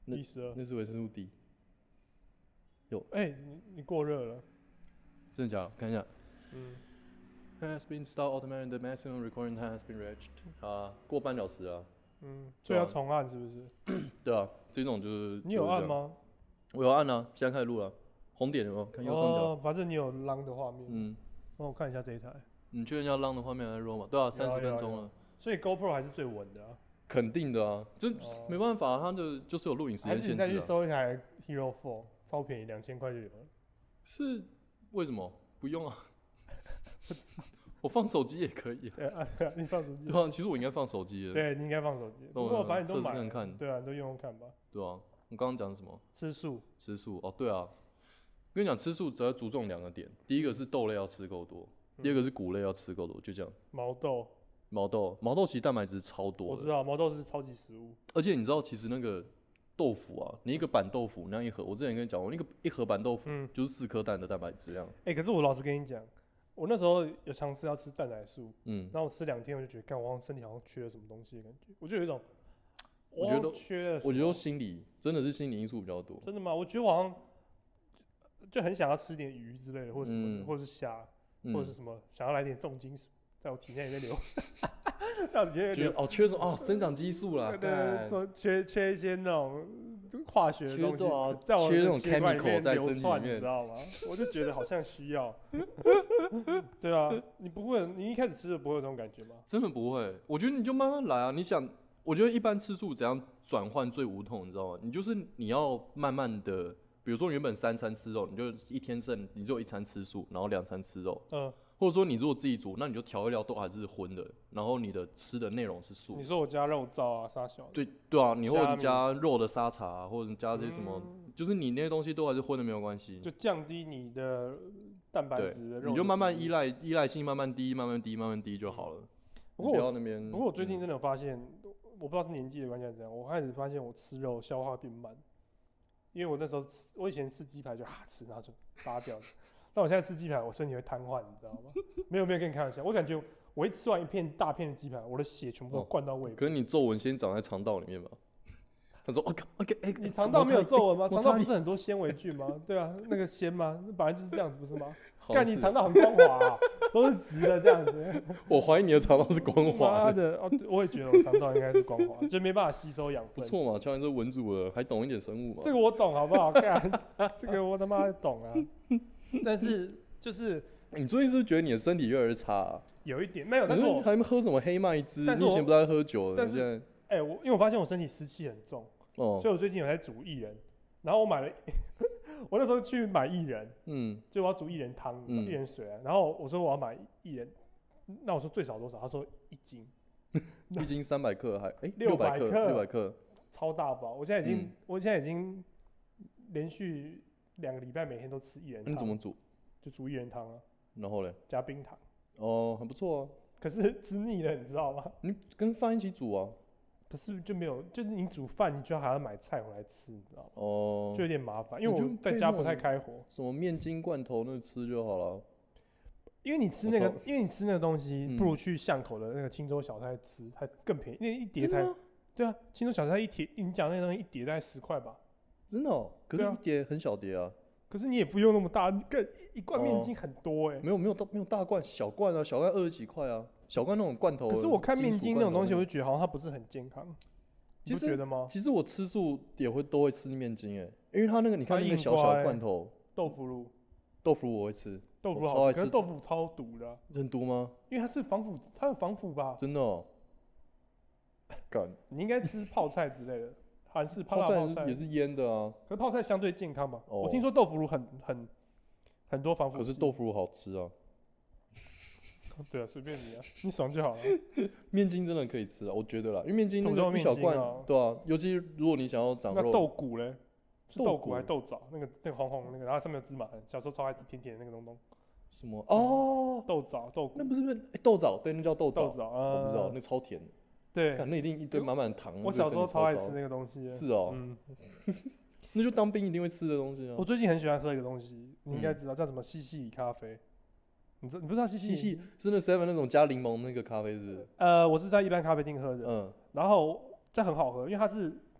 ，B 十二， 那是维生素 D。有， 哎、欸，你你过热了， 真的假的？看一下。 嗯。 Has been start automatic. The maximum recording time has been reached. 啊，过半小时啊。 嗯，所以要重按是不是？ 对啊，这种就是。 你有按吗？ 我有按啊，现在开始录了。红点有没有？看右上角。 哦，反正你有 long 的画面。 嗯。 帮我看一下这一台。 你确认要 long 的画面还是 raw 吗？对啊，三十分钟了。 所以 GoPro 还是最稳的啊。 肯定的啊，这、哦、没办法，它的就是有录影时间限制、啊。还是你再去搜一台 Hero 四，超便宜，两千块就有了。 是为什么？不用啊。我放手机也可以、啊。 对啊，对啊，你放手机。 对啊，其实我应该放手机的。 对，你应该放手机。不过反正你都买了， 看看对啊，你都用用看吧。 对啊，我刚刚讲什么？ 吃素。 吃素哦，对啊。跟你讲，吃素只要注重两个点，第一个是豆类要吃够多，嗯、第二个是谷类要吃够多，就这样。 毛豆。 毛豆，毛豆其实蛋白质超多。 我知道，毛豆是超级食物。 而且你知道，其实那个豆腐啊，你一个板豆腐那样一盒，我之前跟你讲过，那个一盒板豆腐就是四颗蛋的蛋白质量。 哎、欸，可是我老实跟你讲，我那时候有尝试要吃蛋奶素，嗯，然后我吃两天，我就觉得，干，我好像身体好像缺了什么东西的感觉，我就有一种， 我觉得缺了。 我觉得心理真的是心理因素比较多。 真的吗？我觉得我好像就很想要吃点鱼之类的，或者什么的，嗯、或者是虾，或者是什么，想要来点重金属。在我体内里面流，在我体内流哦，缺什么哦？生长激素啦， 对，缺缺一些那种化学的东西， 啊、 在我的血管里面流窜，你知道吗？我就觉得好像需要。对啊，你不会，你一开始吃的不会有这种感觉吗？ 真的不会，我觉得你就慢慢来啊。你想，我觉得一般吃素怎样转换最无痛，你知道吗？你就是你要慢慢的，比如说原本三餐吃肉，你就一天剩，你只有一餐吃素，然后两餐吃肉。嗯。或者说你如果自己煮，那你就调味料都还是荤的，然后你的吃的内容是素。 你说我加肉燥啊，沙小。 对对啊，你或者加肉的沙茶、啊，或者加这些什么、嗯，就是你那些东西都还是荤的没有关系。 就降低你的蛋白质的肉的。 你就慢慢依赖依赖性慢慢低，慢慢低，慢慢低就好了。 不过不要那边。 不过我最近真的有发现，嗯、我不知道是年纪的关系还是怎样，我开始发现我吃肉消化变慢，因为我那时候吃，我以前吃鸡排就哈吃，然后就扒掉。但我现在吃鸡排，我身体会瘫痪，你知道吗？没有没有跟你开玩笑，我感觉我一吃完一片大片的鸡排，我的血全部都灌到胃、哦。 可是你皱纹先长在肠道里面吧？他说 ：“OK OK， 哎、欸， 你肠道没有皱纹吗？肠道不是很多纤维菌吗？对啊，那个纤吗？那本来就是这样子，不是吗？干你肠道很光滑、啊，都是直的这样子。 我懷疑你的腸道是光滑的。的哦，我也覺得我腸道應該是光滑，就沒辦法吸收養分。 不錯嘛，乔你這文組了，還懂一點生物嘛？ 這個我懂，好不好？幹，這個我他媽懂啊。但是就是， 你最近是不是覺得你的身體越來越差、啊？ 有一點，沒有，但是我還喝什麼黑麥汁？你以前不在喝酒的， 但是現在，哎、欸，我因為我發現我身體濕氣很重，哦，所以我最近有在煮薏仁，然後我買了。我那時候去買薏仁，嗯，就我要煮薏仁湯、薏仁水啊。然後我說我要買薏仁，那我說最少多少？他說一斤， 一斤三百克還哎六百克， 六百克， 超大包。我現在已經，嗯、我現在已經連續兩個禮拜每天都吃薏仁湯。 你怎麼煮？ 就煮薏仁湯啊。 然後呢？ 加冰糖。 哦，很不錯啊。 可是吃膩了，你知道嗎？ 你跟飯一起煮啊。 可是就沒有，就是你煮飯，你就還要買菜回來吃，你知道嗎？哦，就有點麻煩，因為我在家不太開火。 什麼面筋罐頭那吃就好了。 因為你吃那個，因為你吃那個東西，嗯、不如去巷口的那個青州小菜吃，還更便宜，因為一碟才。對啊，青州小菜一碟，你講那個東西一碟大概十塊吧。 真的哦，可是一碟很小碟啊。 可是你也不用那麼大，更一罐面筋很多哎、欸哦。 沒有沒有沒有大罐，小罐啊，小罐二十幾塊啊，小罐那種罐頭。 可是我看面筋那種東西，我就覺得好像它不是很健康。 其實你覺得嗎？ 其實我吃素也會都會吃面筋哎，因為它那個你看那個小小罐頭豆腐乳， 豆腐乳我會吃， 豆腐乳好吃，可是豆腐超毒的、啊。 很毒嗎？ 因為它是防腐，它有防腐吧？ 真的哦。幹， 你應該吃泡菜之類的，韓式泡菜也是醃的啊。 可是泡菜相對健康嘛、哦？我聽說豆腐乳很很很多防腐劑。 可是豆腐乳好吃啊。 對啊，隨便你啊，你爽就好了。 面筋真的可以吃啊，我覺得啦，因為面筋那個一小罐， 啊對啊，尤其如果你想要長肉。 那豆鼓嘞？是豆鼓還是豆棗？那個那個紅紅那個，然後上面有芝麻，小時候超愛吃甜甜的那個東東。 什麼？哦， 豆棗豆鼓。 那不是不是、欸、豆棗？對，那叫豆棗。 豆棗啊， 我不知道，那超甜。 對， 那一定一堆滿滿的糖。 我小時候超愛吃那個東西。 是哦。嗯。那就當兵一定會吃的東西啊。我最近很喜歡喝一個東西，你應該知道、嗯、叫什麼西西里咖啡。你知你不知道西西西是那 seven 那種加檸檬那個咖啡是不是？ 呃，我是在一般咖啡廳喝的，嗯，然後這很好喝，因為它是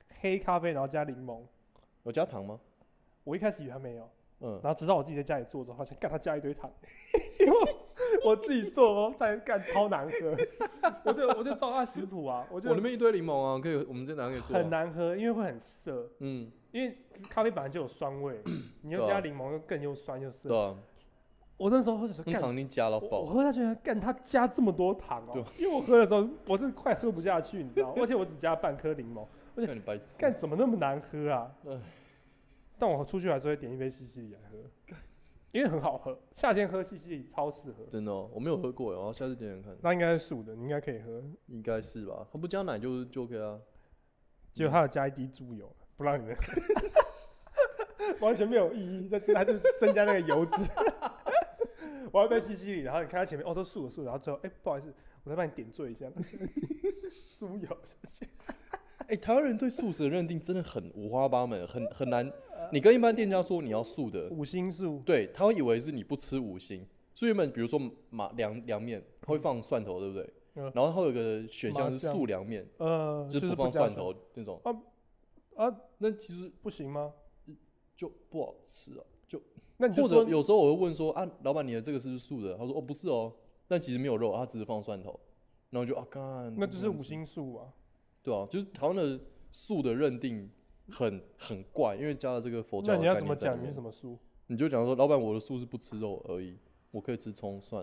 黑咖啡然后加柠檬。 有加糖吗？ 我一开始以为他没有， 嗯， 然后直到我自己在家里做之后，发现干他加一堆糖，因为我自己做哦，再干超难喝，我就我就照他食谱啊，我就我那边一堆柠檬啊，可以，我们这拿可以做、啊。 很难喝，因为会很涩， 嗯， 因为咖啡本来就有酸味，你又加柠檬又更又酸又涩。 对啊。 我那时候喝的时候， 糖你加到爆。 我喝下去，干他加这么多糖哦、喔，因为我喝的时候我是快喝不下去，你知道，而且我只加半颗柠檬，而且你白痴， 干怎么那么难喝啊？但我出去还是会点一杯西西里来喝，因为很好喝，夏天喝西西里超适合。 真的、哦，我没有喝过，然后下次点点看。 那应该是素的，你应该可以喝。 应该是吧？他不加奶就就 OK 啊。 结果他有加一滴猪油，不让你们，完全没有意义，但是他就增加那个油脂。我要杯西西里，然后你看他前面哦都素的素的，然后最后哎、欸、不好意思，我再帮你点缀一下，猪油下去。 哎、欸，台湾人对素食的认定真的很五花八门，很很难。你跟一般店家说你要素的， 五星素， 对，他会以为是你不吃五星。所以原本比如说马凉凉面，他会放蒜头，对不对？嗯、然后它有个选项是素凉面， 呃， 就是不放蒜头那种。 啊啊， 那其实不行吗？ 就不好吃啊，就。 那你就或者有时候我会问说啊，老板你的这个是不是素的？他说哦不是哦，但其实没有肉，他只是放蒜头。然后就啊干， 那就是五星素啊。 对啊，就是台湾的素的认定很很怪，因为加了这个佛教的概念在里面。 那你要怎么讲？你是什么素？ 你就讲说，老板我的素是不吃肉而已，我可以吃葱蒜。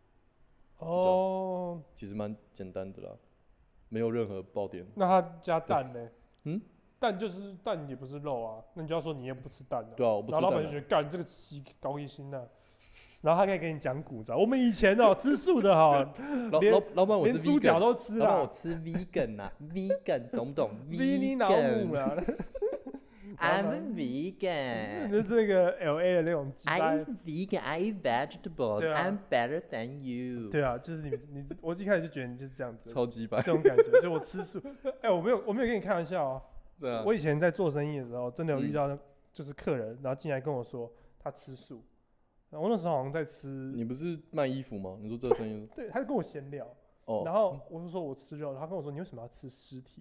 哦， 其实蛮简单的啦，没有任何爆点。 那他加蛋呢？ 嗯， 蛋就是蛋也不是肉啊，那你就要说你也不吃蛋啊。 对啊，我不吃蛋、啊。 然后老板就觉得干这个鸡高一心啊。然后他可以跟你讲古早，我们以前哦、喔、吃素的哈， 老老老板我是 vegan， 连猪脚都吃啦。 老板我吃 vegan 啊，vegan 懂不懂 ？V 你老母啊 ！I'm a vegan。 就是这个 L A 的那种鸡。 I eat vegan, I eat vegetables,、啊、I'm better than you。 对啊，就是你你，我一开始就觉得你就是这样子， 超级白这种感觉，就我吃素。哎、欸，我没有我没有跟你开玩笑啊。 对啊。 我以前在做生意的时候，真的有遇到就是客人，然后进来跟我说他吃素。我那时候好像在吃， 你不是卖衣服吗？你说这个生意？ 对，他就跟我闲聊， 哦， 然后我就说我吃肉，他跟我说你为什么要吃尸体？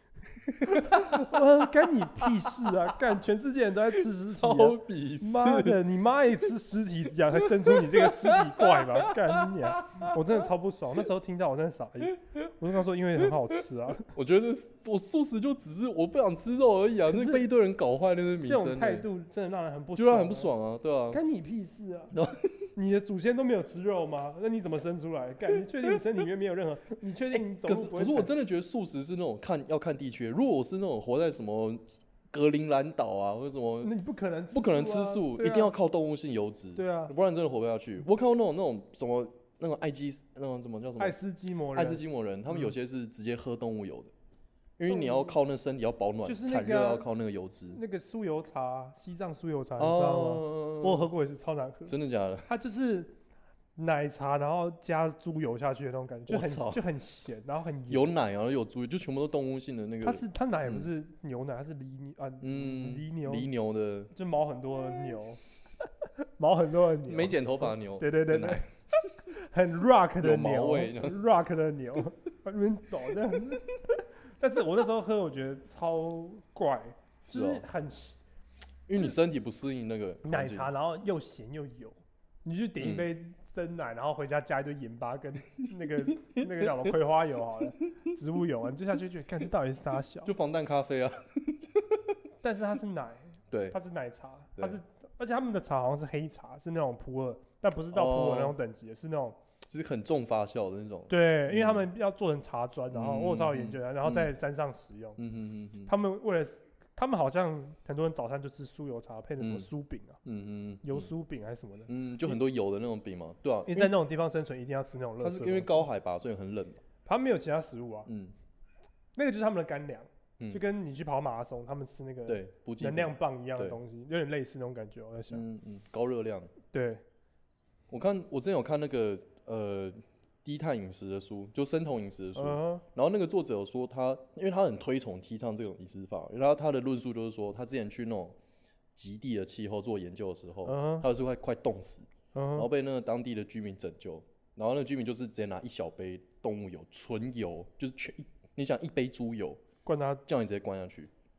我干你屁事啊！干，全世界人都在吃尸体、啊， 超鄙视！ 妈的，你妈也吃尸体养，才生出你这个尸体怪吧？干你娘！我真的超不爽，那时候听到我真的傻眼。我就跟他说，因为很好吃啊。 我觉得我素食就只是我不想吃肉而已啊，那被一堆人搞坏那是名声、欸。 这种态度真的让人很不爽、啊， 就让人很不爽啊，对啊。 干你屁事啊！你的祖先都没有吃肉吗？那你怎么生出来？干，你确定你身体里面没有任何？你确定你走路不会、 欸？可是可是我真的觉得素食是那种看要看地区。如果我是那种活在什么格陵兰岛啊，或者什么， 那你不可能、啊、 不可能吃素，啊、一定要靠动物性油脂。 对啊， 不然真的活不下去。我看过那种那种什么那种爱基那种什么叫什么爱斯基摩人， 爱斯基摩人，他们有些是直接喝动物油的。因为你要靠那身体要保暖， 就是产热要靠那个油脂。 那个酥油茶，西藏酥油茶，你知道吗？ 哦、 我有喝过也是超难喝。 真的假的？ 它就是奶茶，然后加猪油下去的那种感觉，就很就很咸，然后很有奶然后有猪油，就全部都动物性的那个。 它是它奶不是牛奶，它是犁牛啊， 嗯， 犁牛， 犁牛的， 就毛很多的牛，毛很多的牛， 没剪头发的牛， 对对对对，很 rock 的牛 ，rock 的牛，很抖的。但是我那时候喝，我觉得超怪，就是很， 因为你身体不适应那个奶茶，然后又咸又油，你去点一杯真奶，然后回家加一堆盐巴跟那个那个叫什么葵花油好了，植物油啊，你就下去觉得，看这到底是啥小？ 就防弹咖啡啊。 但是它是奶， 对， 它是奶茶，它是，而且他们的茶好像是黑茶，是那种普洱，但不是到普洱那种等级的，是那种。 就是很重发酵的那种， 对，因为他们要做成茶砖，然后我有稍微研究一下，然后在山上使用。 嗯嗯嗯嗯。 他们为了，他们好像很多人早餐就吃酥油茶，配的什么酥饼啊， 嗯嗯， 油酥饼还是什么的， 嗯，就很多油的那种饼嘛，对啊。 因为在那种地方生存，一定要吃那种热。 它是因为高海拔，所以很冷。 他们没有其他食物啊， 嗯， 那个就是他们的干粮，就跟你去跑马拉松，他们吃那个对能量棒一样的东西，有点类似那种感觉。我在想， 嗯嗯，高热量。 对， 我看我之前有看那个呃。低碳饮食的书，就生酮饮食的书， uh-huh. 然后那个作者有说他，因为他很推崇提倡这种饮食法，因为他他的论述就是说，他之前去那种极地的气候做研究的时候， uh-huh. 他是快快冻死， uh-huh. 然后被那个当地的居民拯救，然后那个居民就是直接拿一小杯动物油，纯油，就是全，你想一杯猪油， 灌他， 叫你直接灌下去，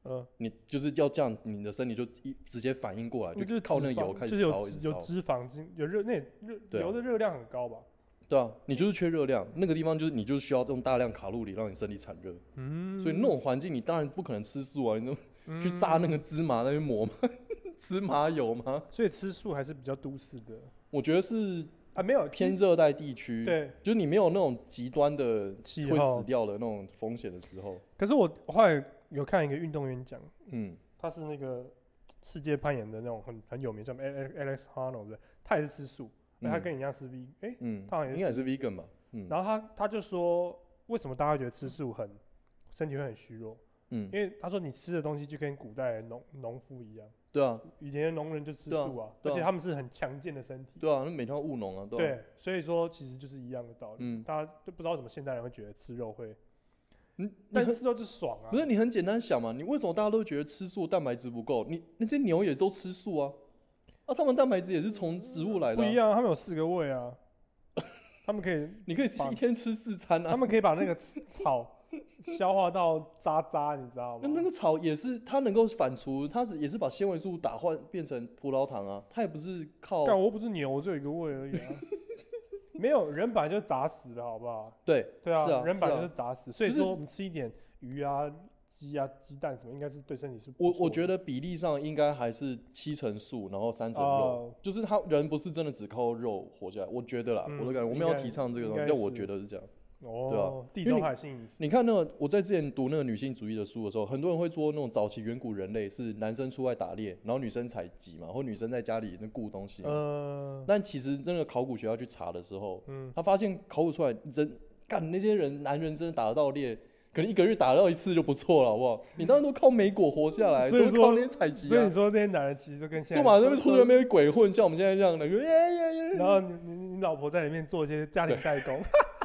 嗯，你就是要这样，你的身体就一直接反应过来，就靠那个油开始烧，一直烧。有脂肪，有热，那热油的热量很高吧？ 对啊，你就是缺热量，那个地方就是你就需要用大量卡路里让你身体产热。嗯，所以那种环境你当然不可能吃素啊，你都去炸那个芝麻那边抹吗？芝麻油吗？ 所以吃素还是比较都市的。 我觉得是啊，没有偏热带地区， 对， 就是你没有那种极端的会死掉的那种风险的时候。 可是我后来有看一个运动员讲，嗯，他是那个世界攀岩的那种很很有名，叫 Alex Honnold 的，他也是吃素。嗯、他跟你一样是 V， 哎、欸，嗯，他好像应该也是 vegan 吧，嗯， 然后他他就说，为什么大家觉得吃素很身体会很虚弱？嗯，因为他说你吃的东西就跟古代的农农夫一样， 对啊， 以前的农人就吃素啊，啊啊而且他们是很强健的身体， 对啊，每天务农啊，对, 啊对，所以说其实就是一样的道理，嗯，大家都不知道为什么现代人会觉得吃肉会，嗯，但吃肉就爽啊， 不是你很简单想嘛，你为什么大家都觉得吃素蛋白质不够？你那些牛也都吃素啊。啊，他们蛋白质也是从植物来的、 啊，不一样，他们有四个胃啊，他们可以， 你可以一天吃四餐啊， 他们可以把那个草消化到渣渣，你知道吗？ 那那个草也是，它能够反刍，它是也是把纤维素打换变成葡萄糖啊，它也不是靠。 但我不是牛，我只有一个胃而已啊。没有人本来就砸死的，好不好？ 对， 对啊， 啊人本来就是砸死，所以说我们吃一点鱼啊。鸡啊，鸡蛋什么，应该是对身体是不错的。 我我觉得比例上应该还是七成素，然后三成肉，呃、就是他人不是真的只靠肉活下来。我觉得啦，嗯、我的感觉，我们要提倡这个东西，但我觉得是这样。 哦， 对啊， 地中海性饮食。 你看那个，我在之前读那个女性主义的书的时候，很多人会说那种早期远古人类是男生出外打猎，然后女生采集嘛，或女生在家里那顾东西嘛。呃、但其实那个考古学要去查的时候，嗯、他发现考古出来人干那些人男人真的打得到猎。可能一个月打到一次就不错了，好不好？你当然都靠莓果活下来，都是靠那些采集啊。 所以你说那些男人其实都跟现在， 干嘛那边突然那边鬼混，像我们现在这样的， 然后你你你老婆在里面做一些家庭代工，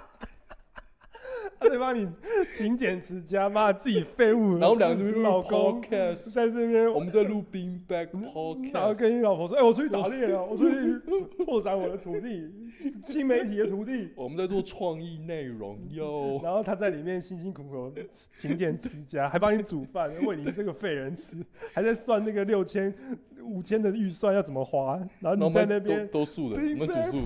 他在帮你勤俭持家，妈自己废物。 然后两个人老公 podcast 在这边， 我们在录 Bean Bag Podcast， 然后跟你老婆说：“哎、欸，我出去打猎了，我出去拓展我的土地，新媒体的土地。” 我们在做创意内容哟。 然后他在里面辛辛苦苦勤俭持家，还帮你煮饭，喂你这个废人吃，还在算那个六千、五千的预算要怎么花。然后你在那边都素的，我们煮素。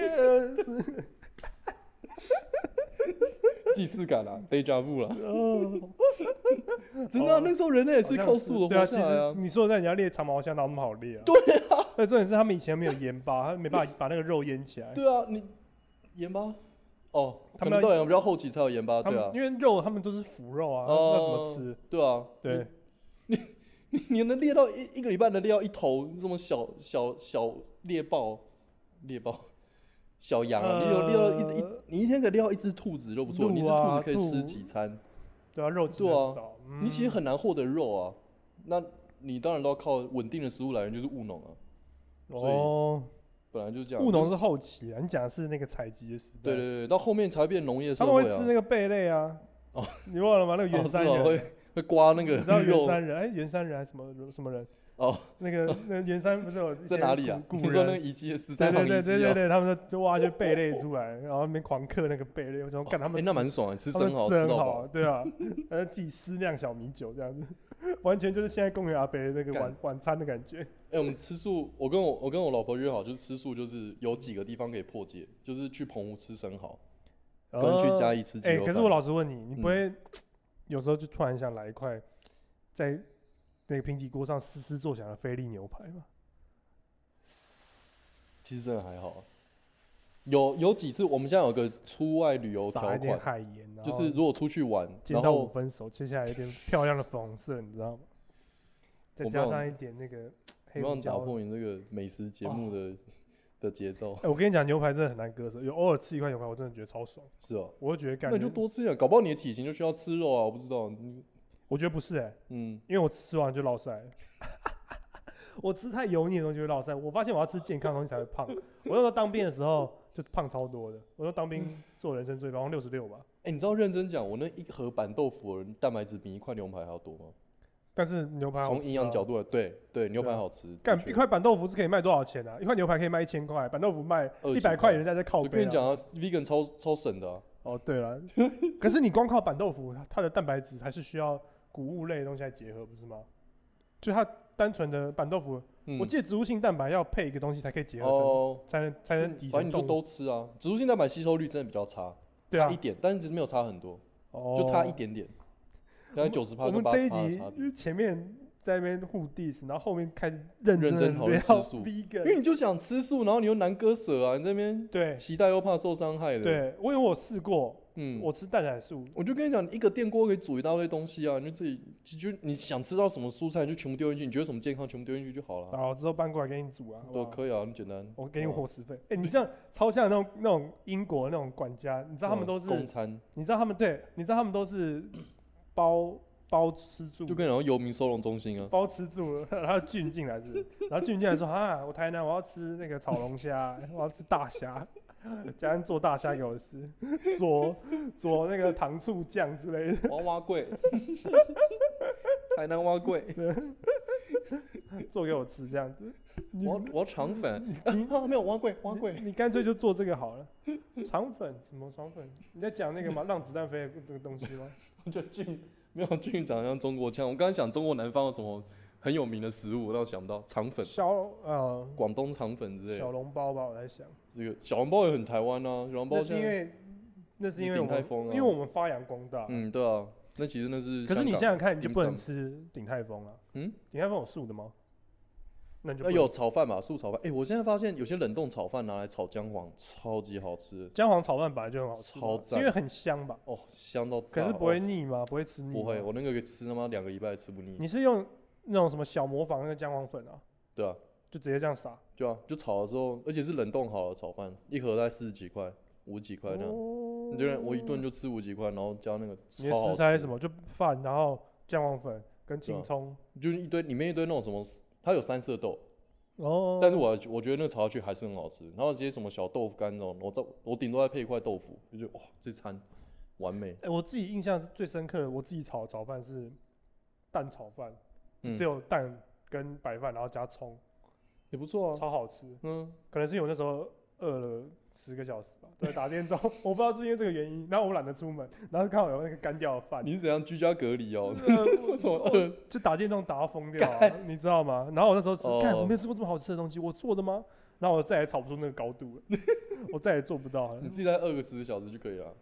既视感啦 ，déjà vu 啦，真的、啊，那时候人类也是靠素的活下来啊。 你说在人家猎长毛象哪有那么好猎啊？ 对啊， 而且重点是他们以前没有盐巴，他没办法把那个肉腌起来。 对啊，你盐巴哦，他们对，比较后期才有盐巴，对啊， 因为肉他们都是腐肉啊，那怎么吃？ 对啊， 对， 你你你能猎到一一个礼拜能猎到一头这么小小小猎豹，猎豹。小羊啊，呃、你有猎到一一，你一天可以猎到一只兔子就不错，啊、你一只兔子可以吃几餐？ 对啊，肉质很少、啊嗯，你其实很难获得肉啊。那你当然都要靠稳定的食物来源，就是务农啊。哦，本来就是这样。 务农是后期啊，你讲的是那个采集的时代。 对对对，到后面才会变农业社会、啊。 他们会吃那个贝类啊。哦，你忘了吗？那个圆山人、 哦、会会刮那个肉。 你知道圆山人？哎、欸，圆山人还是什么什么人？哦，那个那圆山不是有在哪里啊？ 古你说那个遗迹十三行遗迹、哦、 对对对对对，他们都挖一些贝类出来，然后那边狂嗑那个贝类，我想干他们、 欸。那蛮爽的，吃生蚝吃很好，对啊，然后自己私酿小米酒这样子，完全就是现在公园阿伯那个晚晚餐的感觉。 哎、欸，我们吃素，我跟我我跟我老婆约好，就是吃素，就是有几个地方可以破戒，就是去澎湖吃生蚝，跟、呃、去嘉义吃鸡肉饭。 哎，可是我老实问你，你不会、嗯、有时候就突然想来一块在那个平底锅上嘶嘶作响的菲力牛排吗？ 其实真的还好，有有几次我们现在有个出外旅游条款， 海盐， 就是如果出去玩， 煎到五分熟，切下来有点漂亮的粉红色，你知道吗？再加上一点那个黑胡椒， 打破你这个美食节目的、哦、的节奏。 哎、欸，我跟你讲，牛排真的很难割舍，有偶尔吃一块牛排，我真的觉得超爽。 是哦， 我就觉得干， 那你就多吃一点，搞不好你的体型就需要吃肉啊，我不知道。 我觉得不是哎、欸，嗯，因为我吃完就落晒。我吃太油腻的东西就会落晒。我发现我要吃健康的东西才会胖。我那时候当兵的时候就胖超多的。我说当兵是我人生最胖，六十六吧。 哎、欸，你知道认真讲，我那一盒板豆腐的蛋白质比一块牛排还要多吗？ 但是牛排从营养角度来，对对，牛排好吃。 干、啊、一块板豆腐是可以卖多少钱啊？一块牛排可以卖一千块，板豆腐卖一百块，人家在靠背、啊。 我跟你讲啊 ，vegan 超超省的、啊。 哦，对了，可是你光靠板豆腐，它的蛋白质还是需要谷物类的东西来结合，不是吗？就它单纯的板豆腐， 嗯、 我记得植物性蛋白要配一个东西才可以结合成， 哦、 才能才能抵反正你就都吃啊。植物性蛋白吸收率真的比较差， 对啊， 差一点，但是其实没有差很多， 哦、 就差一点点，大概九十趴跟八十趴的差别。 前面在那边互 diss， 然后后面开始认真真讨论吃素， 因为你就想吃素，然后你又难割舍啊，你这边对期待又怕受伤害的。 对，我因为我试过。 嗯， 我吃蛋奶素， 我就跟你讲，一个电锅可以煮一大堆东西啊，你就自己就你想吃到什么蔬菜，你就全部丢进去，你觉得什么健康，全部丢进去就好了。 好，之后搬过来给你煮啊， 都可以啊，很简单。 我给你伙食费。哎、欸，你这样超像那种那种英国那种管家，你知道他们都是公餐， 你知道他们对，你知道他们都是包包吃住， 就跟然后游民收容中心啊， 包吃住，然后俊进来是，然后俊进来说啊，我台南我要吃那个炒龙虾，我要吃大虾。家人做大虾给我吃，做做那个糖醋酱之类的。 我要蛙贵，台南蛙贵， 做给我吃这样子。 我我要肠粉，你啊没有蛙贵蛙贵， 你干脆就做这个好了。肠粉什么肠粉？你在讲那个吗？让子弹飞的这个东西吗？ 我觉得俊没有俊长得像中国腔。我刚才想中国南方有什么很有名的食物，但我想不到肠粉。 小呃， 广东肠粉之类的。 小笼包吧，我在想。 这个小笼包也很台湾啊，小笼包那是因为那是因为我们、 啊、因为我们发扬光大。 嗯，对啊，那其实那是。 可是你想想看，你就不能吃鼎泰丰啊。嗯，鼎泰丰有素的吗？那就、 呃、有炒饭吧，素炒饭。哎、欸，我现在发现有些冷冻炒饭拿来炒姜黄，超级好吃。 姜黄炒饭本来就很好吃， 超赞， 因为很香吧？ 哦，香到炸。 可是不会腻吗？不会吃腻？ 不会，我那个可以吃他妈两个礼拜吃不腻。 你是用那种什么小磨坊那个姜黄粉啊？ 对啊。 就直接这样撒， 对啊，就炒了之后，而且是冷冻好的炒饭，一盒在四十几块、五十几块那样。哦、你觉得我一顿就吃五十几块，然后加那个超好吃。 你的食材是什么？就饭，然后姜黄粉跟青葱、 啊，就是一堆里面一堆那种什么，它有三色豆。 哦。 但是我我觉得那个炒下去还是很好吃，然后这些什么小豆腐干那种，我我顶多再配一块豆腐，就觉得哇，这餐完美。 哎、欸，我自己印象最深刻的，我自己炒炒饭是蛋炒饭， 嗯、 只有蛋跟白饭，然后加葱。 也不错啊， 超好吃。 嗯， 可能是因为我那时候饿了十个小时吧，对，打电动，我不知道是因为这个原因，然后我懒得出门，然后刚好有那个干掉的饭。 你是怎样居家隔离哦？ 为什么饿？就打电动打到疯掉、啊，你知道吗？然后我那时候吃，看、哦、我没有吃过这么好吃的东西，我做的吗？然后我再也炒不出那个高度了，我再也做不到了。 你自己再饿个十个小时就可以了。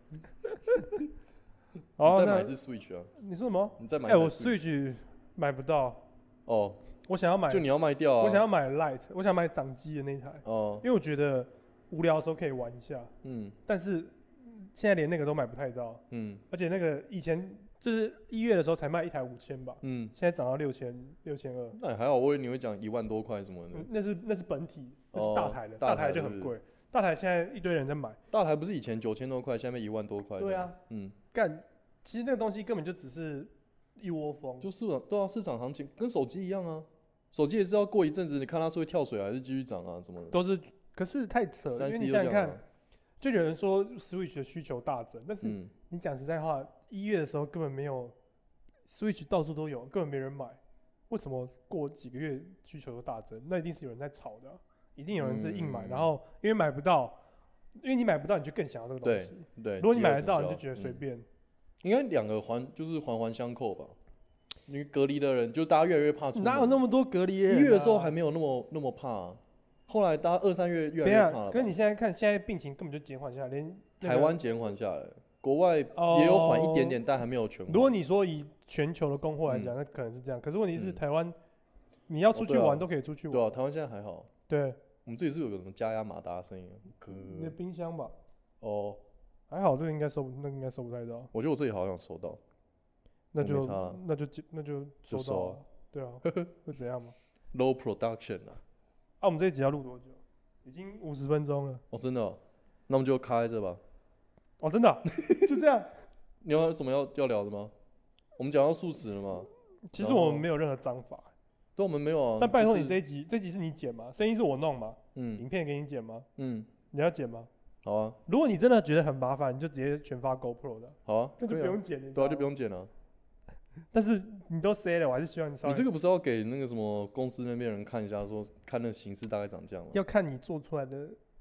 然后你再买一支 Switch 啊？ 你说什么？ 你再买？ 哎、欸，我 Switch 买不到。 哦。 我想要买， 就你要卖掉啊！ 我想要买 Lite， 我想买掌机的那台，哦，因为我觉得无聊的时候可以玩一下，嗯，但是现在连那个都买不太到，嗯，而且那个以前就是一月的时候才卖一台五千吧，嗯，现在涨到六千六千二， 那还好，我以为你会讲一万多块什么的、 嗯，那是那是本体，那是大台的，哦、大台就很贵，大台现在一堆人在买， 大台不是以前九千多块，现在一万多块， 对啊，嗯，干，其实那个东西根本就只是一窝蜂， 就是对啊，市场行情跟手机一样啊。手机也是要过一阵子，你看它是会跳水还是继续涨啊？什么的都是，可是太扯了，因为你想想看，就有人说 Switch 的需求大增，但是你讲实在话，一月的时候根本没有 Switch 到处都有，根本没人买，为什么过几个月需求又大增？那一定是有人在炒的、啊，一定有人在硬买，嗯、然后因为买不到，因为你买不到，你就更想要这个东西。 对，对如果你买得到，你就觉得随便。 嗯、应该两个环就是环环相扣吧。因为隔离的人，就大家越来越怕出门。 哪有那么多隔离人、啊？ 一月的时候还没有那么那么怕、啊，后来大家二三月越来越怕了、啊。 可是你现在看，现在病情根本就减缓下来，连、那個、 台湾减缓下来，国外也有缓一点点，哦、但还没有全缓。 如果你说以全球的供货来讲，嗯、那可能是这样。可是问题是台湾，嗯、你要出去玩都可以出去玩。 对啊，台湾现在还好。 对， 我们这里是有个什么加压马达声音， 你的冰箱吧？ 哦， 还好，这个应该收，那个应该收不太到。 我觉得我这里好像收到。 那就那就那就收到了， 啊、 对啊，会怎样吗 ？Low production 啊！ 啊，我们这一集要录多久？已经五十分钟了。 哦，真的、哦？那我们就开这吧。 哦，真的、啊？就这样？ 你有什么要要聊的吗？我们讲到素食了吗？ 其实我们没有任何章法。 对，我们没有啊。 但拜托你这一集，就是、这一集是你剪吗？声音是我弄吗？嗯。影片给你剪吗？嗯。你要剪吗？ 好啊。 如果你真的觉得很麻烦，你就直接全发 GoPro 的。 好啊。 那就不用剪了。 对啊，就不用剪了。 但是你都 say 了，我还是希望你稍微。 你这个不是要给那个什么公司那边人看一下，说看那个形式大概长这样吗？ 要看你做出来的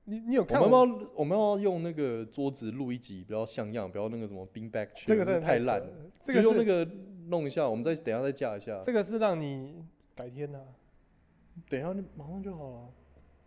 你你有看我？我们要我们要用那个桌子录一集比较像样，不要那个什么 beanbag chair， 这个真的太烂了。 这个就用那个弄一下，我们再等一下再架一下。 这个是让你改天啊， 等一下你马上就好了。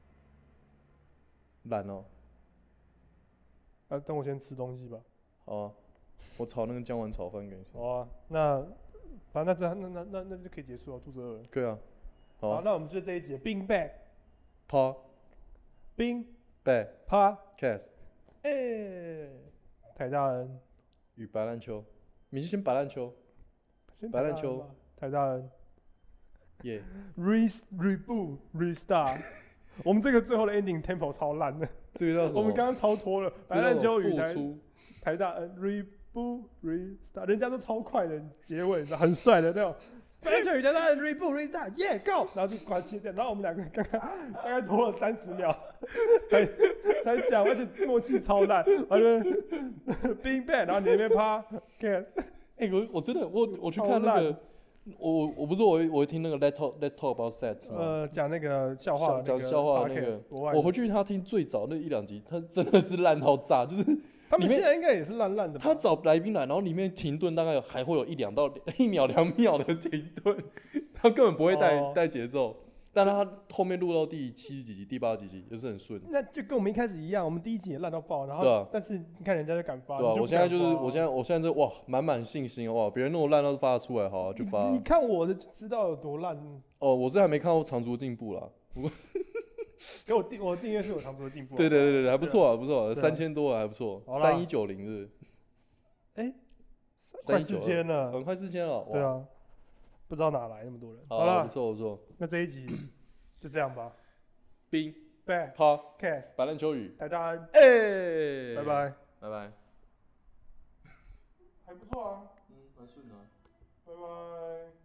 懒哦。 啊，等我先吃东西吧。 好啊，我炒那个姜丸炒饭给你吃。 好啊，那反正那那那那那就可以结束了，肚子饿了。 可以啊。好啊， 好，那我们就这一集冰 bag 趴冰 bag 趴 cast， 哎，台大人与白烂秋，你先白烂秋，白烂秋， 台大人， 耶 re reboot restart， 我们这个最后的 ending tempo 超烂的， 这个叫什么？ 我们刚刚超拖了，白烂秋与台出台大人 reboot restart， 人家都超快的结尾，很帅的那种。白烂秋与台大人 reboot restart， 耶 go， 然后就关切掉，然后我们两个刚刚大概拖了三十秒才才讲，而且默契超烂，完了冰 bag， 然后你那边趴 ，cast， 哎、欸，我我真的我我去看那个，我我不是我我会听那个 Let's Talk Let's Talk About Sex 吗？ 呃，讲那个笑话， 讲笑话的那个，我回去他听最早那一两集，他真的是烂到炸，就是他们现在应该也是烂烂的吧。 他找来宾来，然后里面停顿大概还会有一两到一秒两秒的停顿，他根本不会带带节奏。但他后面录到第七十几集、第八十几集也是很顺。 那就跟我们一开始一样，我们第一集也烂到爆，然后， 对啊、 但是你看人家就敢发。 对啊， 我现在就是，我现在我现在这哇，满满信心哇，别人那么烂都发得出来，好、啊、就发。 你, 你看我的就知道有多烂。 哦，我是还没看到长足的进步啦。不过， 给我订我订阅是有长足的进步。 对对对对，还不错啊，不错，三千多还不错，三一九零是。 哎，快四千了， 很快四千了。 对啊，不知道哪来那么多人。 好了，不错不错。 那这一集就这样吧。 冰 back 趴 cast 白烂秋雨， 台大安， 哎， 拜拜拜拜。 还不错啊， 嗯，蛮顺的。 拜拜。